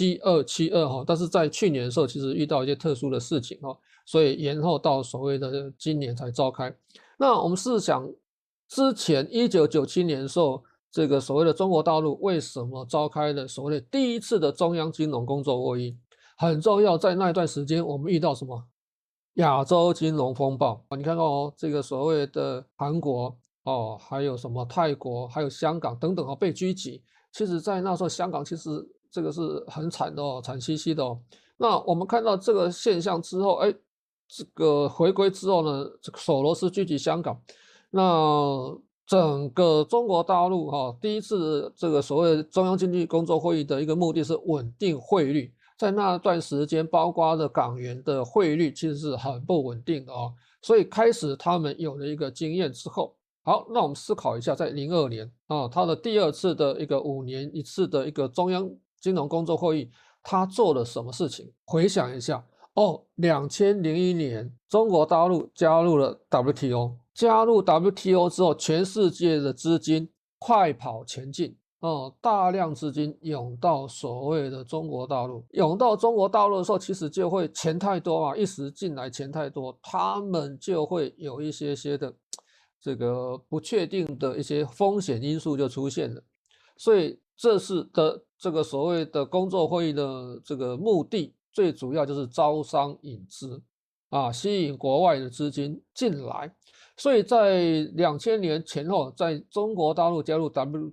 72但是在去年的时候其实遇到一些特殊的事情所以延后到所谓的今年才召开。那我们试想之前1997年的时候，这个所谓的中国大陆为什么召开了所谓的第一次的中央金融工作会议？很重要，在那一段时间我们遇到什么？亚洲金融风暴你看到这个所谓的韩国还有什么泰国还有香港等等被狙击。其实在那时候香港其实这个是很惨的惨兮兮的那我们看到这个现象之后这个回归之后呢，这个索罗斯狙击香港，那整个中国大陆第一次这个所谓中央经济工作会议的一个目的是稳定汇率。在那段时间包括的港元的汇率其实是很不稳定的所以开始他们有了一个经验之后，好，那我们思考一下，在02年他的第2次的一个5年一次的一个中央金融工作会议，他做了什么事情？回想一下2001年中国大陆加入了 WTO， 加入 WTO 之后，全世界的资金快跑前进大量资金涌到所谓的中国大陆，涌到中国大陆的时候，其实就会钱太多一时进来钱太多，他们就会有一些的这个不确定的一些风险因素就出现了。所以这次的这个所谓的工作会议的这个目的，最主要就是招商引资吸引国外的资金进来。所以在2000年前后，在中国大陆加入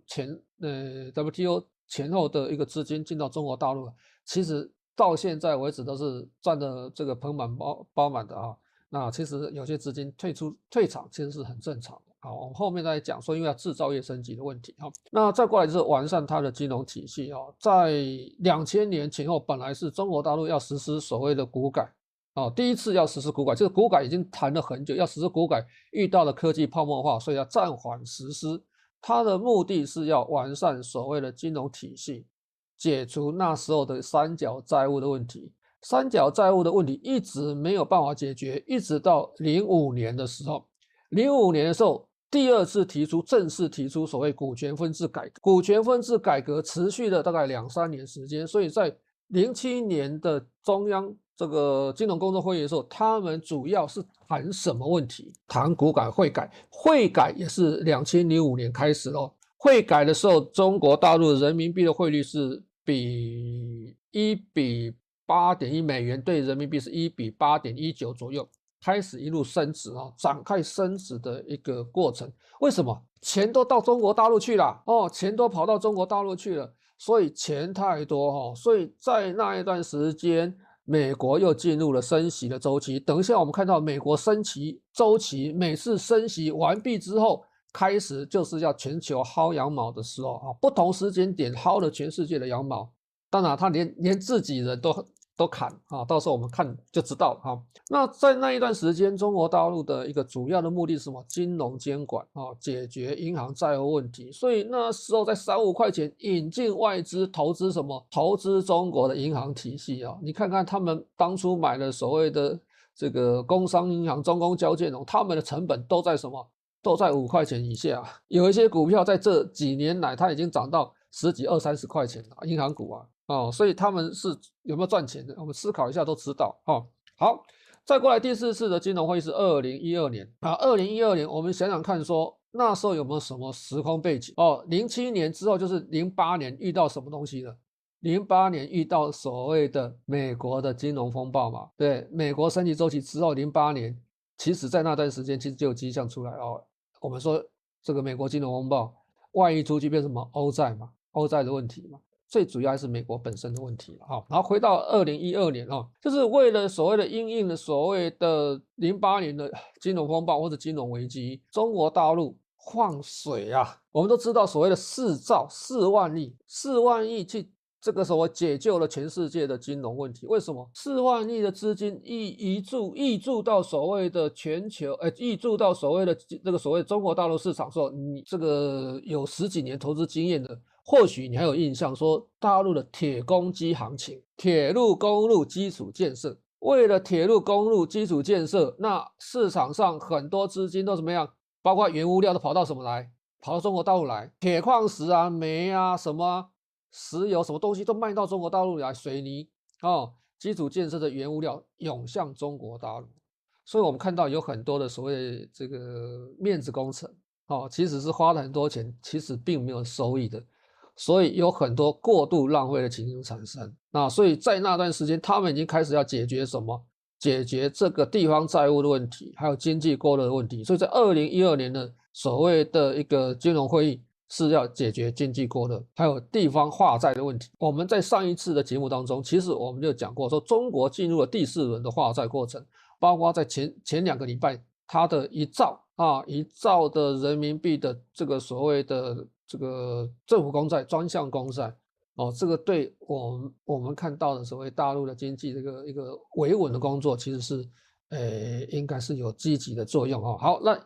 WTO 前后的一个资金进到中国大陆，其实到现在为止都是赚的这个盆满钵满的那其实有些资金退场其实是很正常的我们后面再讲说，因为要制造业升级的问题那再过来就是完善它的金融体系在2000年前后，本来是中国大陆要实施所谓的股改第一次要实施股改，就是股改已经谈了很久，要实施股改，遇到了科技泡沫化，所以要暂缓实施。它的目的是要完善所谓的金融体系，解除那时候的三角债务的问题。三角债务的问题一直没有办法解决，一直到05年的时候，05年的时候第二次正式提出所谓股权分置改革。股权分置改革持续了大概2-3年时间，所以在07年的中央这个金融工作会议的时候，他们主要是谈什么问题？谈股改、汇改。汇改也是2005年开始咯。汇改的时候，中国大陆人民币的汇率是1比8.1美元对人民币是1比8.19左右，开始一路升值展开升值的一个过程。为什么？钱都到中国大陆去了钱都跑到中国大陆去了，所以钱太多所以在那一段时间，美国又进入了升息的周期。等一下我们看到美国升息周期，每次升息完毕之后，开始就是要全球薅羊毛的时候不同时间点薅了全世界的羊毛。当然他连自己人都砍到时候我们看就知道了那在那一段时间，中国大陆的一个主要的目的是什么？金融监管解决银行债务问题。所以那时候在3-5块钱引进外资投资什么？投资中国的银行体系你看看他们当初买了所谓的这个工商银行、中工交建融，他们的成本都在什么？都在5块钱以下有一些股票在这几年来它已经涨到10几、20-30块钱了，银行股所以他们是有没有赚钱的？我们思考一下都知道好，再过来第4次的金融会议是2012年2012年我们想想看说那时候有没有什么时空背景07年之后就是08年遇到什么东西了？08年遇到所谓的美国的金融风暴嘛，对，美国升级周期之后08年，其实在那段时间其实就有迹象出来我们说这个美国金融风暴外溢出去变成什么？欧债嘛，欧债的问题嘛，最主要还是美国本身的问题了然后回到2012年就是为了所谓的因应的所谓的08年的金融风暴或者金融危机，中国大陆放水我们都知道所谓的4万亿去这个所谓解救了全世界的金融问题。为什么4万亿的资金溢注到所谓的全球溢注到所谓的这个所谓中国大陆市场时候，你这个有10几年投资经验的，或许你还有印象说大陆的铁公鸡行情，铁路公路基础建设，为了铁路公路基础建设，那市场上很多资金都怎么样？包括原物料都跑到什么来？跑到中国大陆来，铁矿石煤什么石油什么东西都卖到中国大陆来，水泥基础建设的原物料涌向中国大陆。所以我们看到有很多的所谓这个面子工程其实是花了很多钱，其实并没有收益的，所以有很多过度浪费的情形产生。那所以在那段时间他们已经开始要解决什么？解决这个地方债务的问题，还有经济过热的问题。所以在2012年的所谓的一个金融会议是要解决经济过热还有地方化债的问题。我们在上一次的节目当中，其实我们就讲过说中国进入了第4轮的化债过程，包括在前2个礼拜它的1兆的人民币的这个所谓的这个政府公债、专项公债这个对我们看到的所谓大陆的经济这个一个维稳的工作，其实是应该是有积极的作用好，那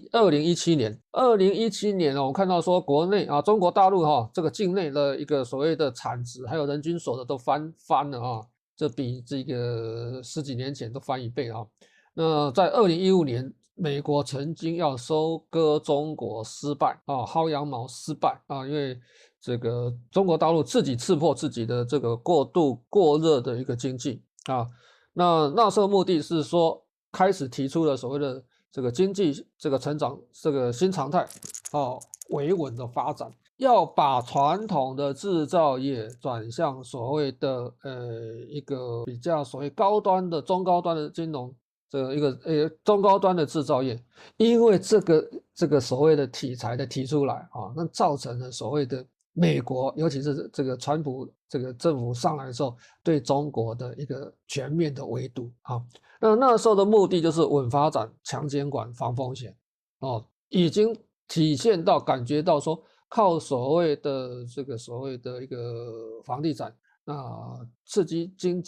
2017年我们看到说国内中国大陆这个境内的一个所谓的产值还有人均所得都翻了这比这个10几年前都翻1倍那在2015年美国曾经要收割中国失败薅羊毛失败因为这个中国大陆自己刺破自己的这个过度过热的一个经济那时候目的是说开始提出了所谓的这个经济这个成长这个新常态维稳的发展，要把传统的制造业转向所谓的一个比较所谓高端的中高端的金融这个一个中高端的制造业。因为这个所谓的题材的提出来那造成了所谓的美国尤其是这个川普这个政府上来的时候对中国的一个全面的围堵那时候的目的就是稳发展、强监管、防风险已经体现到感觉到说靠所谓的这个所谓的一个房地产刺激经济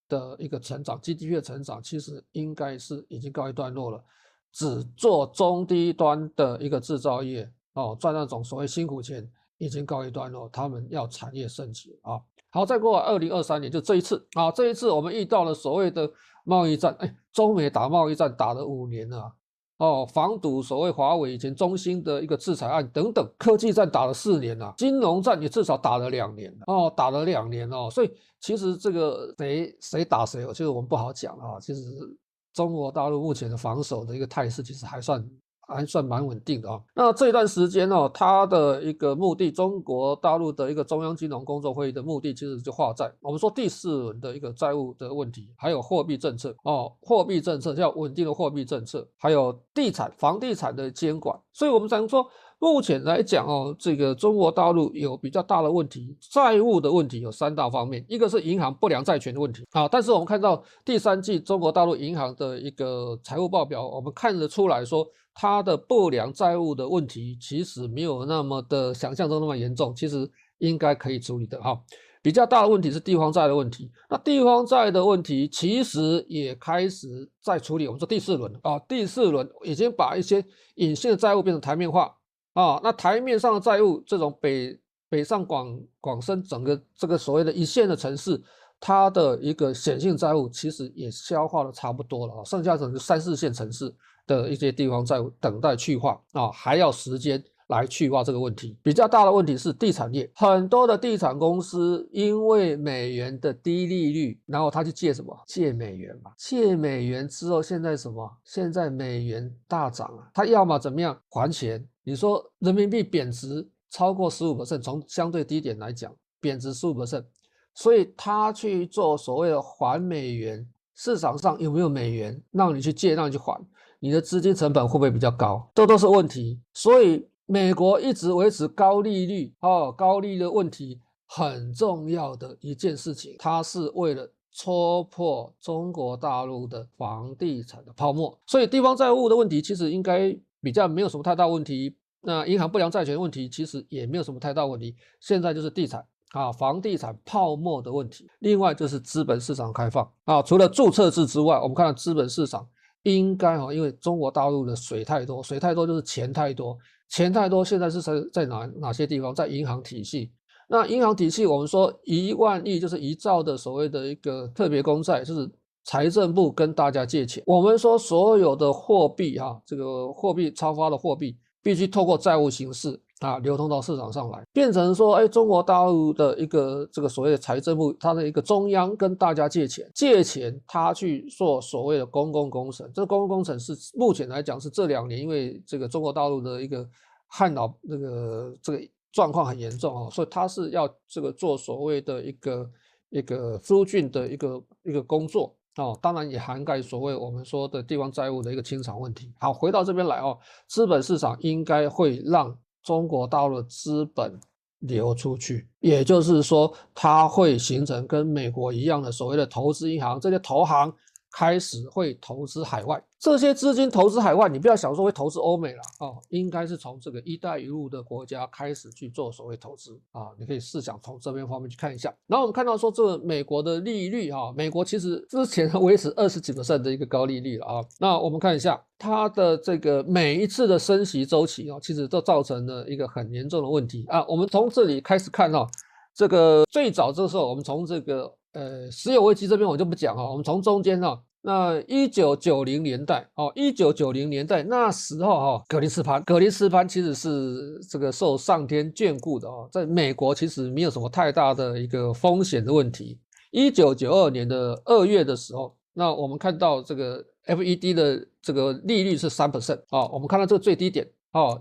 的一个成长 ，GDP 的成长其实应该是已经告一段落了，只做中低端的一个制造业赚那种所谓辛苦钱已经告一段落，他们要产业升级啊。好，再过来2023年就这一次啊，这一次我们遇到了所谓的贸易战，中美打贸易战打了5年了防堵所谓华为以前中兴的一个制裁案等等，科技战打了4年了，金融战也至少打了2年了打了2年所以其实这个谁打谁其实我们不好讲其实中国大陆目前的防守的一个态势其实还算蛮稳定的那这一段时间它的一个目的，中国大陆的一个中央金融工作会议的目的，其实就画在我们说第4轮的一个债务的问题，还有货币政策货币政策叫稳定的货币政策，还有房地产的监管。所以我们常说，目前来讲这个中国大陆有比较大的问题，债务的问题有3大方面，一个是银行不良债权的问题但是我们看到第3季中国大陆银行的一个财务报表，我们看得出来说，它的不良债务的问题其实没有那么的想象中那么严重，其实应该可以处理的比较大的问题是地方债的问题，那地方债的问题其实也开始在处理。我们说第4轮第4轮已经把一些隐性的债务变成台面化那台面上的债务，这种北上广深整个这个所谓的一线的城市，它的一个显性债务其实也消化的差不多了剩下整个3、4线城市的一些地方债务等待去化还要时间来去化这个问题。比较大的问题是地产业，很多的地产公司因为美元的低利率，然后他去借什么？借美元嘛。借美元之后，现在什么？现在美元大涨他要么怎么样还钱？你说人民币贬值超过 15%， 从相对低点来讲，贬值 15%， 所以他去做所谓的还美元，市场上有没有美元让你去借，让你去还？你的资金成本会不会比较高？这都是问题。所以美国一直维持高利率高利的问题很重要的一件事情，它是为了戳破中国大陆的房地产的泡沫。所以地方债务的问题其实应该比较没有什么太大问题，那银行不良债权的问题其实也没有什么太大问题，现在就是地产房地产泡沫的问题。另外就是资本市场开放除了注册制之外，我们看到资本市场应该因为中国大陆的水太多就是钱太多，现在是在哪些地方？在银行体系。那银行体系我们说1万亿就是1兆的所谓的一个特别公债，就是财政部跟大家借钱。我们说所有的货币这个货币超发的货币必须透过债务形式流通到市场上来，变成说中国大陆的一个这个所谓的财政部，它的一个中央跟大家借钱，它去做所谓的公共工程。这个公共工程是目前来讲是这2年因为这个中国大陆的一个旱涝这个状况很严重所以它是要这个做所谓的一个疏浚的一个工作当然也涵盖所谓我们说的地方债务的一个清偿问题。好，回到这边来资本市场应该会让中国大陆的资本流出去，也就是说它会形成跟美国一样的所谓的投资银行，这些投行开始会投资海外，这些资金投资海外，你不要想说会投资欧美了应该是从这个一带一路的国家开始去做所谓投资你可以试想从这边方面去看一下。然后我们看到说这个美国的利率美国其实之前维持20几%的一个高利率了那我们看一下它的这个每一次的升息周期其实都造成了一个很严重的问题我们从这里开始看这个最早这个时候，我们从这个石油危机这边我就不讲我们从中间那1990年代1990年代那时候格林斯潘其实是这个受上天眷顾的在美国其实没有什么太大的一个风险的问题。1992年的2月的时候，那我们看到这个 FED 的这个利率是 3% 我们看到这个最低点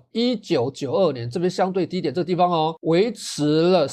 1992年这边相对低点这个地方维持了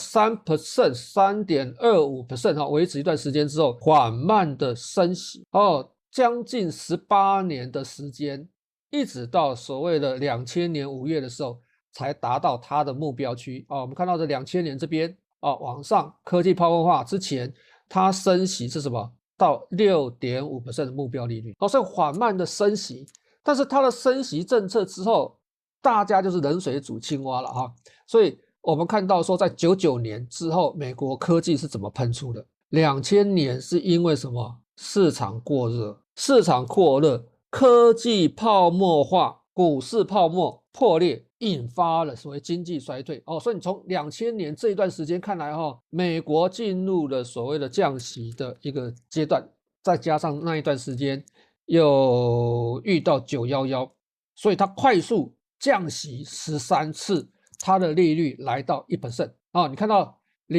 3%、3.25% 维持一段时间之后缓慢的升息将近18年的时间，一直到所谓的2000年5月的时候才达到它的目标区我们看到这2000年这边往上科技泡沫化之前，它升息是什么？到 6.5% 的目标利率所以缓慢的升息，但是它的升息政策之后大家就是冷水煮青蛙了所以我们看到说在99年之后美国科技是怎么喷出的 2000年是因为什么？市场过热，市场过热，科技泡沫化，股市泡沫破裂，引发了所谓经济衰退哦。所以你从2000年这一段时间看来美国进入了所谓的降息的一个阶段，再加上那一段时间又遇到911，所以它快速降息13次，它的利率来到 1% 你看到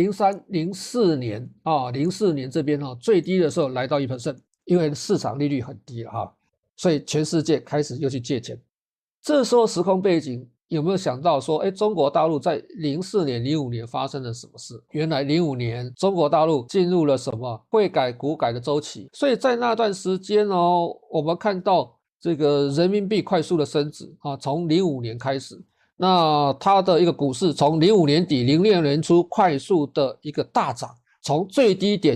03、04年04年这边最低的时候来到 1%， 因为市场利率很低了所以全世界开始又去借钱。这时候时空背景有没有想到说，中国大陆在04年、05年发生了什么事？原来05年中国大陆进入了什么汇改股改的周期，所以在那段时间我们看到这个人民币快速的升值从05年开始。那它的一个股市从05年底06年初快速的一个大涨，从最低点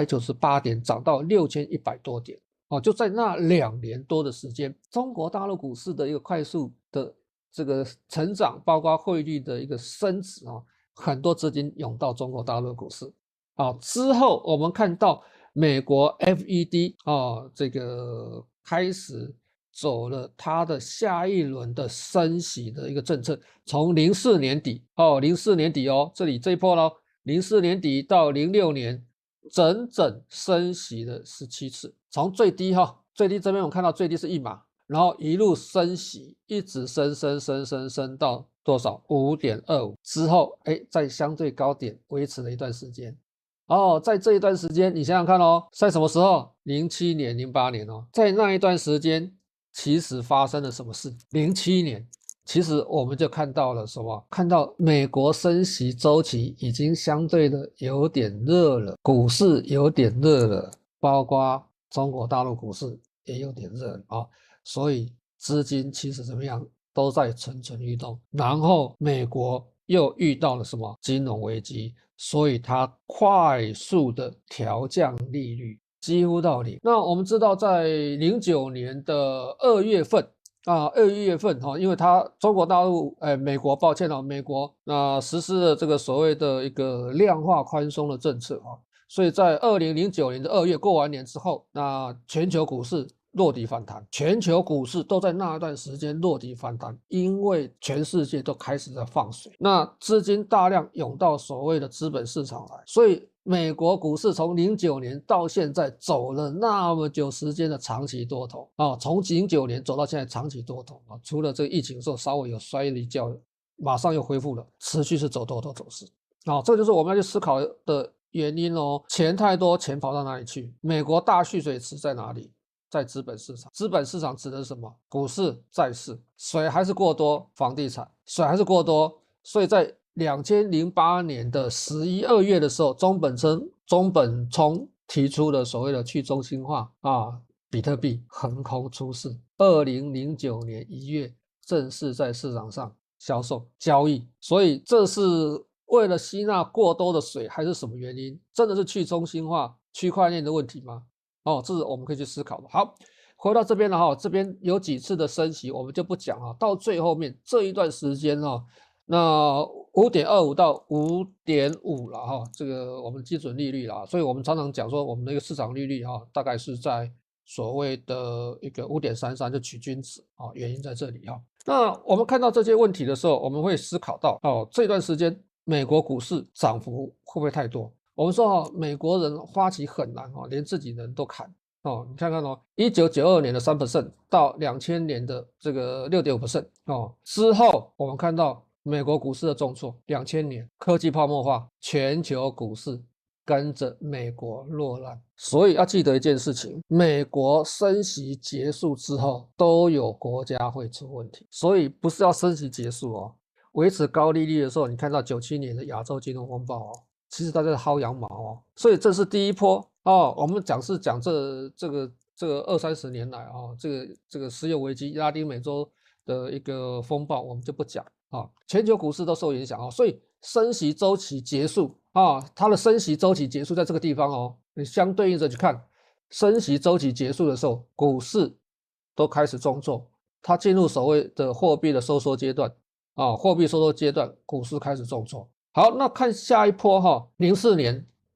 998点涨到6100多点就在那2年多的时间，中国大陆股市的一个快速的这个成长，包括汇率的一个升值很多资金涌到中国大陆股市之后我们看到美国 FED 这个开始走了它的下一轮的升息的一个政策，从04年底04年底这里这一波04年底到06年整整升息了17次，从最低这边我们看到最低是1码，然后一路升息，一直升到多少 5.25 之后在相对高点维持了一段时间在这一段时间你想想看在什么时候07年08年在那一段时间其实发生了什么事？07年其实我们就看到了什么？看到美国升息周期已经相对的有点热了，股市有点热了，包括中国大陆股市也有点热了所以资金其实怎么样都在蠢蠢欲动。然后美国又遇到了什么金融危机，所以它快速的调降利率，几乎到零。那我们知道在09年的2月份2月份因为它中国大陆美国美国实施了这个所谓的一个量化宽松的政策所以在2009年的2月过完年之后，那全球股市落底反弹，全球股市都在那段时间落底反弹，因为全世界都开始在放水，那资金大量涌到所谓的资本市场来，所以美国股市从09年到现在走了那么久时间的长期多头从09年走到现在长期多头除了这个疫情的时候稍微有摔了一跤，马上又恢复了，持续是走多头走势这个就是我们要去思考的原因钱太多，钱跑到哪里去？美国大蓄水池在哪里？在资本市场。资本市场指的是什么？股市、债市。水还是过多，房地产水还是过多，所以在2008年的11、2月的时候，中本聪提出了所谓的去中心化比特币横空出世。2009年1月正式在市场上销售交易，所以这是为了吸纳过多的水，还是什么原因？真的是去中心化、区块链的问题吗？这是我们可以去思考的。好，回到这边了这边有几次的升息我们就不讲到最后面这一段时间那 5.25 到 5.5 了这个我们基准利率啦，所以我们常常讲说我们的一个市场利率大概是在所谓的一个 5.33 就取均值原因在这里那我们看到这些问题的时候，我们会思考到这段时间美国股市涨幅会不会太多？我们说美国人花旗很难连自己人都砍你看看1992年的 3% 到2000年的这个 6.5% 之后我们看到美国股市的重挫，2000年科技泡沫化，全球股市跟着美国落难。所以要记得一件事情，美国升息结束之后都有国家会出问题，所以不是要升息结束维持高利率的时候，你看到97年的亚洲金融风暴其实大家在薅羊毛所以这是第一波我们讲这个20-30年来这个石油危机、拉丁美洲的一个风暴我们就不讲全球股市都受影响所以升息周期结束它的升息周期结束在这个地方你相对应着去看，升息周期结束的时候，股市都开始重挫，它进入所谓的货币的收缩阶段货币收缩阶段，股市开始重挫。好，那看下一波04年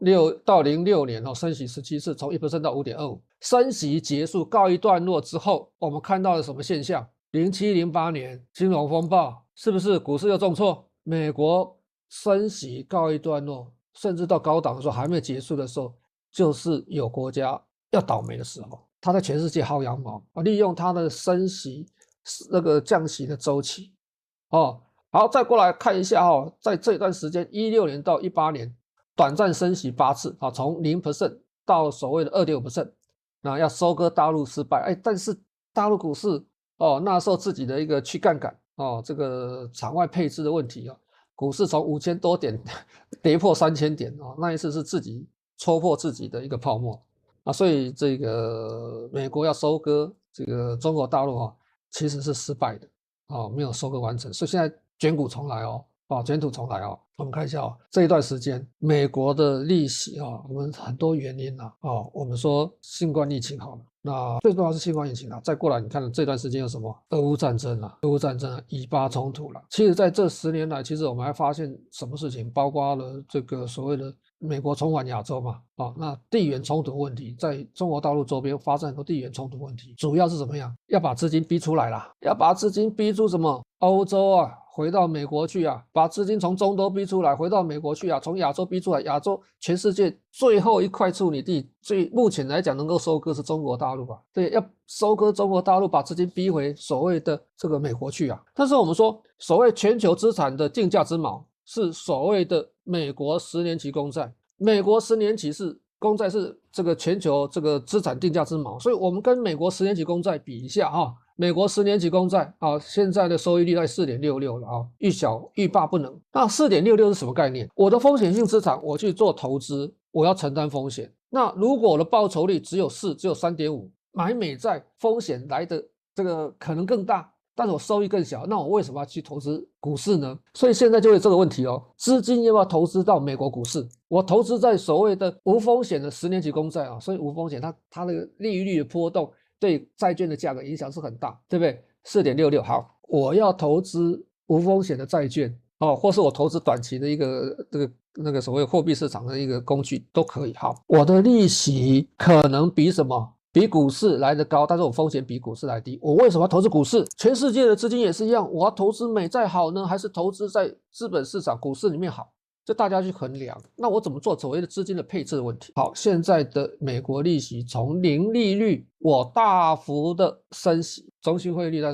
06年升息17次，从 1% 到 5.25%，升息结束告一段落之后，我们看到了什么现象？07、08年金融风暴，是不是股市又重挫？美国升息告一段落，甚至到高档的时候还没有结束的时候，就是有国家要倒霉的时候，他在全世界薅羊毛，利用他的升息那个降息的周期。好，再过来看一下在这段时间16年到18年短暂升息8次，从 0% 到所谓的 2.5%， 那要收割大陆失败，但是大陆股市那时候自己的一个去杠杆这个场外配置的问题股市从5000多点跌破3000点那一次是自己戳破自己的一个泡沫所以这个美国要收割这个中国大陆其实是失败的没有收割完成，所以现在卷土重来卷土重来我们看一下这一段时间美国的利息我们很多原因我们说新冠疫情好了，那最重要是新冠疫情再过来你看这段时间有什么俄乌战争以巴冲突了。其实在这10年来，其实我们还发现什么事情，包括了这个所谓的美国重返亚洲嘛那地缘冲突问题，在中国大陆周边发生很多地缘冲突问题，主要是怎么样？要把资金逼出来啦，要把资金逼出什么欧洲回到美国去把资金从中东逼出来，回到美国去从亚洲逼出来，亚洲全世界最后一块处女地，目前来讲能够收割是中国大陆对，要收割中国大陆，把资金逼回所谓的这个美国去但是我们说所谓全球资产的定价之锚是所谓的美国10年期公债，美国10年期是公债是这个全球这个资产定价之锚，所以我们跟美国10年期公债比一下美国10年期公债现在的收益率在 4.66 了欲小欲罢不能。那 4.66 是什么概念？我的风险性资产我去做投资，我要承担风险，那如果我的报酬率只有 3.5， 买美债风险来的这个可能更大，但是我收益更小，那我为什么要去投资股市呢？所以现在就有这个问题资金要不要投资到美国股市？我投资在所谓的无风险的10年期公债所以无风险它的利率的波动对债券的价格影响是很大，对不对？ 4.66 好，我要投资无风险的债券或是我投资短期的一个那个所谓货币市场的一个工具都可以。好，我的利息可能比什么？比股市来得高，但是我风险比股市来低。我为什么要投资股市？全世界的资金也是一样，我要投资美债好呢，还是投资在资本市场股市里面好？就大家去衡量，那我怎么做所谓的资金的配置的问题？好，现在的美国利息从零利率，我大幅的升息，中心汇率大概是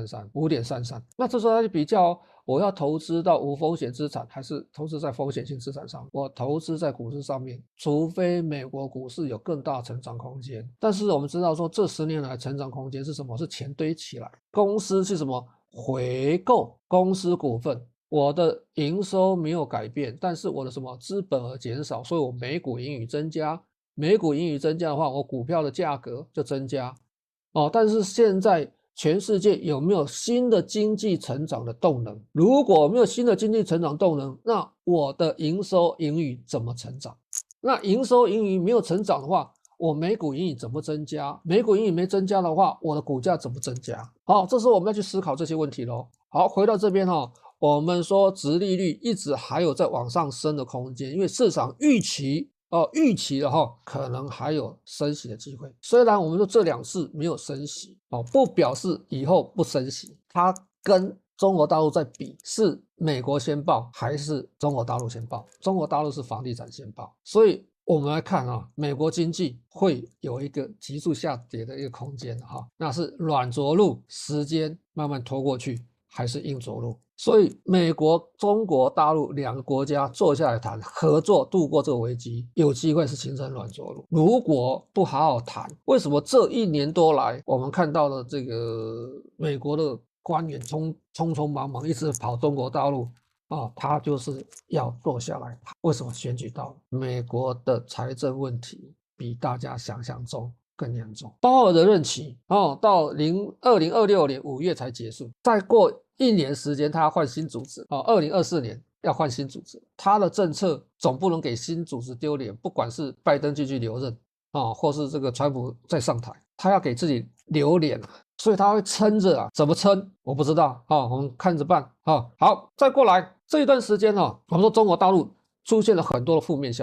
5.33， 那这时候他就比较我要投资到无风险资产还是投资在风险性资产上？我投资在股市上面，除非美国股市有更大成长空间。但是我们知道说这10年来成长空间是什么？是钱堆起来，公司是什么？回购公司股份，我的营收没有改变，但是我的什么资本额减少，所以我每股盈余增加，每股盈余增加的话，我股票的价格就增加但是现在全世界有没有新的经济成长的动能？如果没有新的经济成长动能，那我的营收盈余怎么成长？那营收盈余没有成长的话，我每股盈余怎么增加？每股盈余没增加的话，我的股价怎么增加？好，这时候我们要去思考这些问题咯。好，回到这边我们说殖利率一直还有在往上升的空间，因为市场预期的可能还有升息的机会。虽然我们说这2次没有升息不表示以后不升息，它跟中国大陆在比是美国先报还是中国大陆先报？中国大陆是房地产先报，所以我们来看美国经济会有一个急速下跌的一个空间那是软着陆，时间慢慢拖过去，还是硬着陆？所以美国、中国大陆2个国家坐下来谈合作度过这个危机，有机会是形成软着陆。如果不好好谈，为什么这1年多来我们看到了这个美国的官员匆匆忙忙一直跑中国大陆他就是要坐下来谈。为什么选举到了？美国的财政问题比大家想象中更严重。鲍尔的任期到2026年5月才结束，再过1年时间他要换新组织2024年要换新组织，他的政策总不能给新组织丢脸，不管是拜登继续留任或是这个川普再上台，他要给自己留脸所以他会撑着怎么撑我不知道我们看着办好，再过来这一段时间我们说中国大陆出现了很多的负面消息，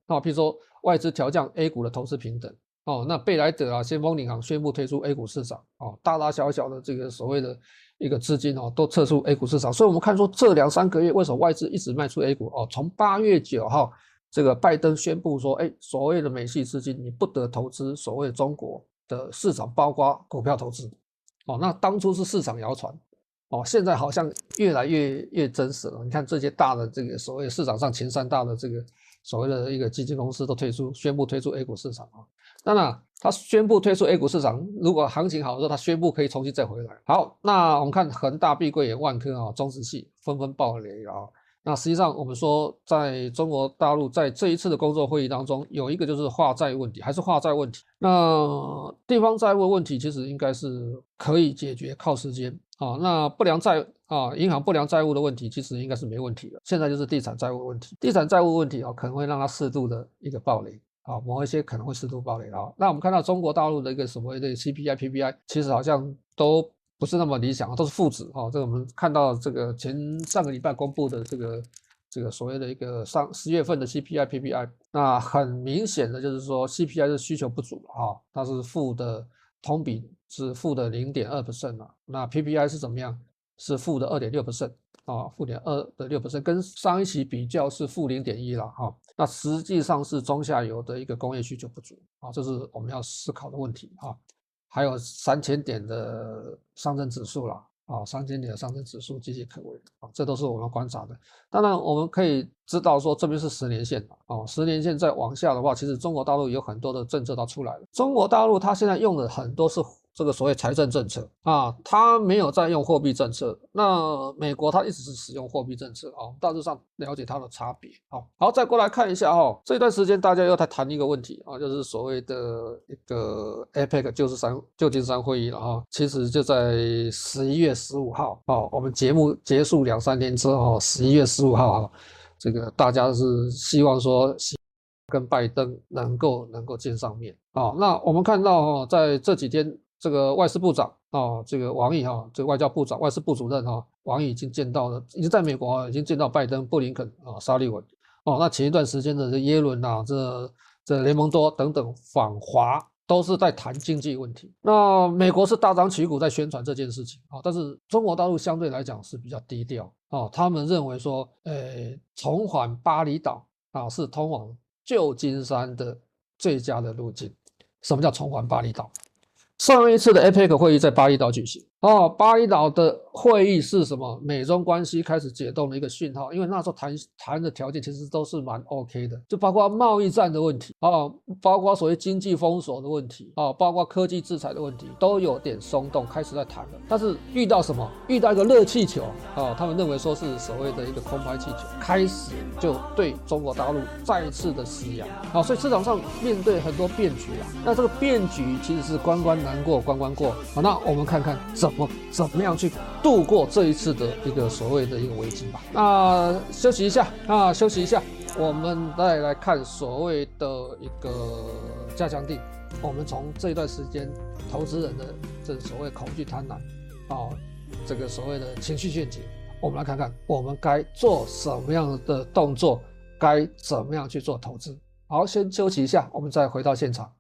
譬如说外资调降 A 股的投资评等那贝莱德先锋领航宣布退出 A 股市场大大小小的这个所谓的一个资金都撤出 A 股市场，所以我们看说这2-3个月为什么外资一直卖出 A 股从8月9号这个拜登宣布说所谓的美系资金你不得投资所谓中国的市场，包括股票投资那当初是市场谣传现在好像越来越真实了。你看这些大的这个所谓市场上前3大的这个所谓的一个基金公司都宣布退出 A 股市场当然他宣布退出 A 股市场，如果行情好的时候他宣布可以重新再回来。好，那我们看恒大、碧桂园、万科中植系纷纷爆雷那实际上我们说在中国大陆在这一次的工作会议当中有一个就是化债问题，还是化债问题。那地方债务问题其实应该是可以解决，靠时间那不良债银行不良债务的问题其实应该是没问题的，现在就是地产债务问题。地产债务问题可能会让它适度的一个爆雷某一些可能会适度爆雷那我们看到中国大陆的一个所谓的 CPI、PPI 其实好像都不是那么理想都是负值这个我们看到这个上个礼拜公布的这个所谓的一个10月份的 CPI、PPI 那很明显的就是说 CPI 是需求不足它是负的，同比是负的 0.2% 那 PPI 是怎么样？是负的 2.6% 负2.6%，跟上一期比较是负 0.1 啦那实际上是中下游的一个工业需求不足这是我们要思考的问题还有3000点的上证指数啦3000点的上证指数岌岌可危这都是我们观察的。当然我们可以知道说这边是10年线10年线再往下的话，其实中国大陆有很多的政策都出来了。中国大陆它现在用的很多是这个所谓财政政策它没有在用货币政策。那美国它一直是使用货币政策大致上了解它的差别好，再过来看一下这段时间大家又在谈一个问题就是所谓的一个 APEC 旧金山会议了其实就在11月15号我们节目结束2-3天之后11月15号这个大家是希望说跟拜登能够见上面那我们看到在这几天这个外事部长这个王毅这个外交部长外事部主任王毅已经见到了，已经在美国已经见到拜登、布林肯沙利文那前一段时间的这耶伦这雷蒙多等等访华都是在谈经济问题。那美国是大张旗鼓在宣传这件事情但是中国大陆相对来讲是比较低调他们认为说重返巴厘岛是通往旧金山的最佳的路径。什么叫重返巴厘岛？上一次的 APEC 会议在巴厘岛举行巴厘岛的会议是什么？美中关系开始解冻的一个讯号，因为那时候谈的条件其实都是蛮 OK 的，就包括贸易战的问题包括所谓经济封锁的问题包括科技制裁的问题都有点松动，开始在谈了。但是遇到什么？遇到一个热气球他们认为说是所谓的一个空拍气球，开始就对中国大陆再一次的施压所以市场上面对很多变局那这个变局其实是关关难过关关过那我们看看怎么样去度过这一次的一个所谓的一个危机吧。那休息一下我们再来看所谓的一个加强定。我们从这一段时间投资人的这所谓恐惧贪婪这个所谓的情绪陷阱，我们来看看我们该做什么样的动作，该怎么样去做投资。好，先休息一下，我们再回到现场。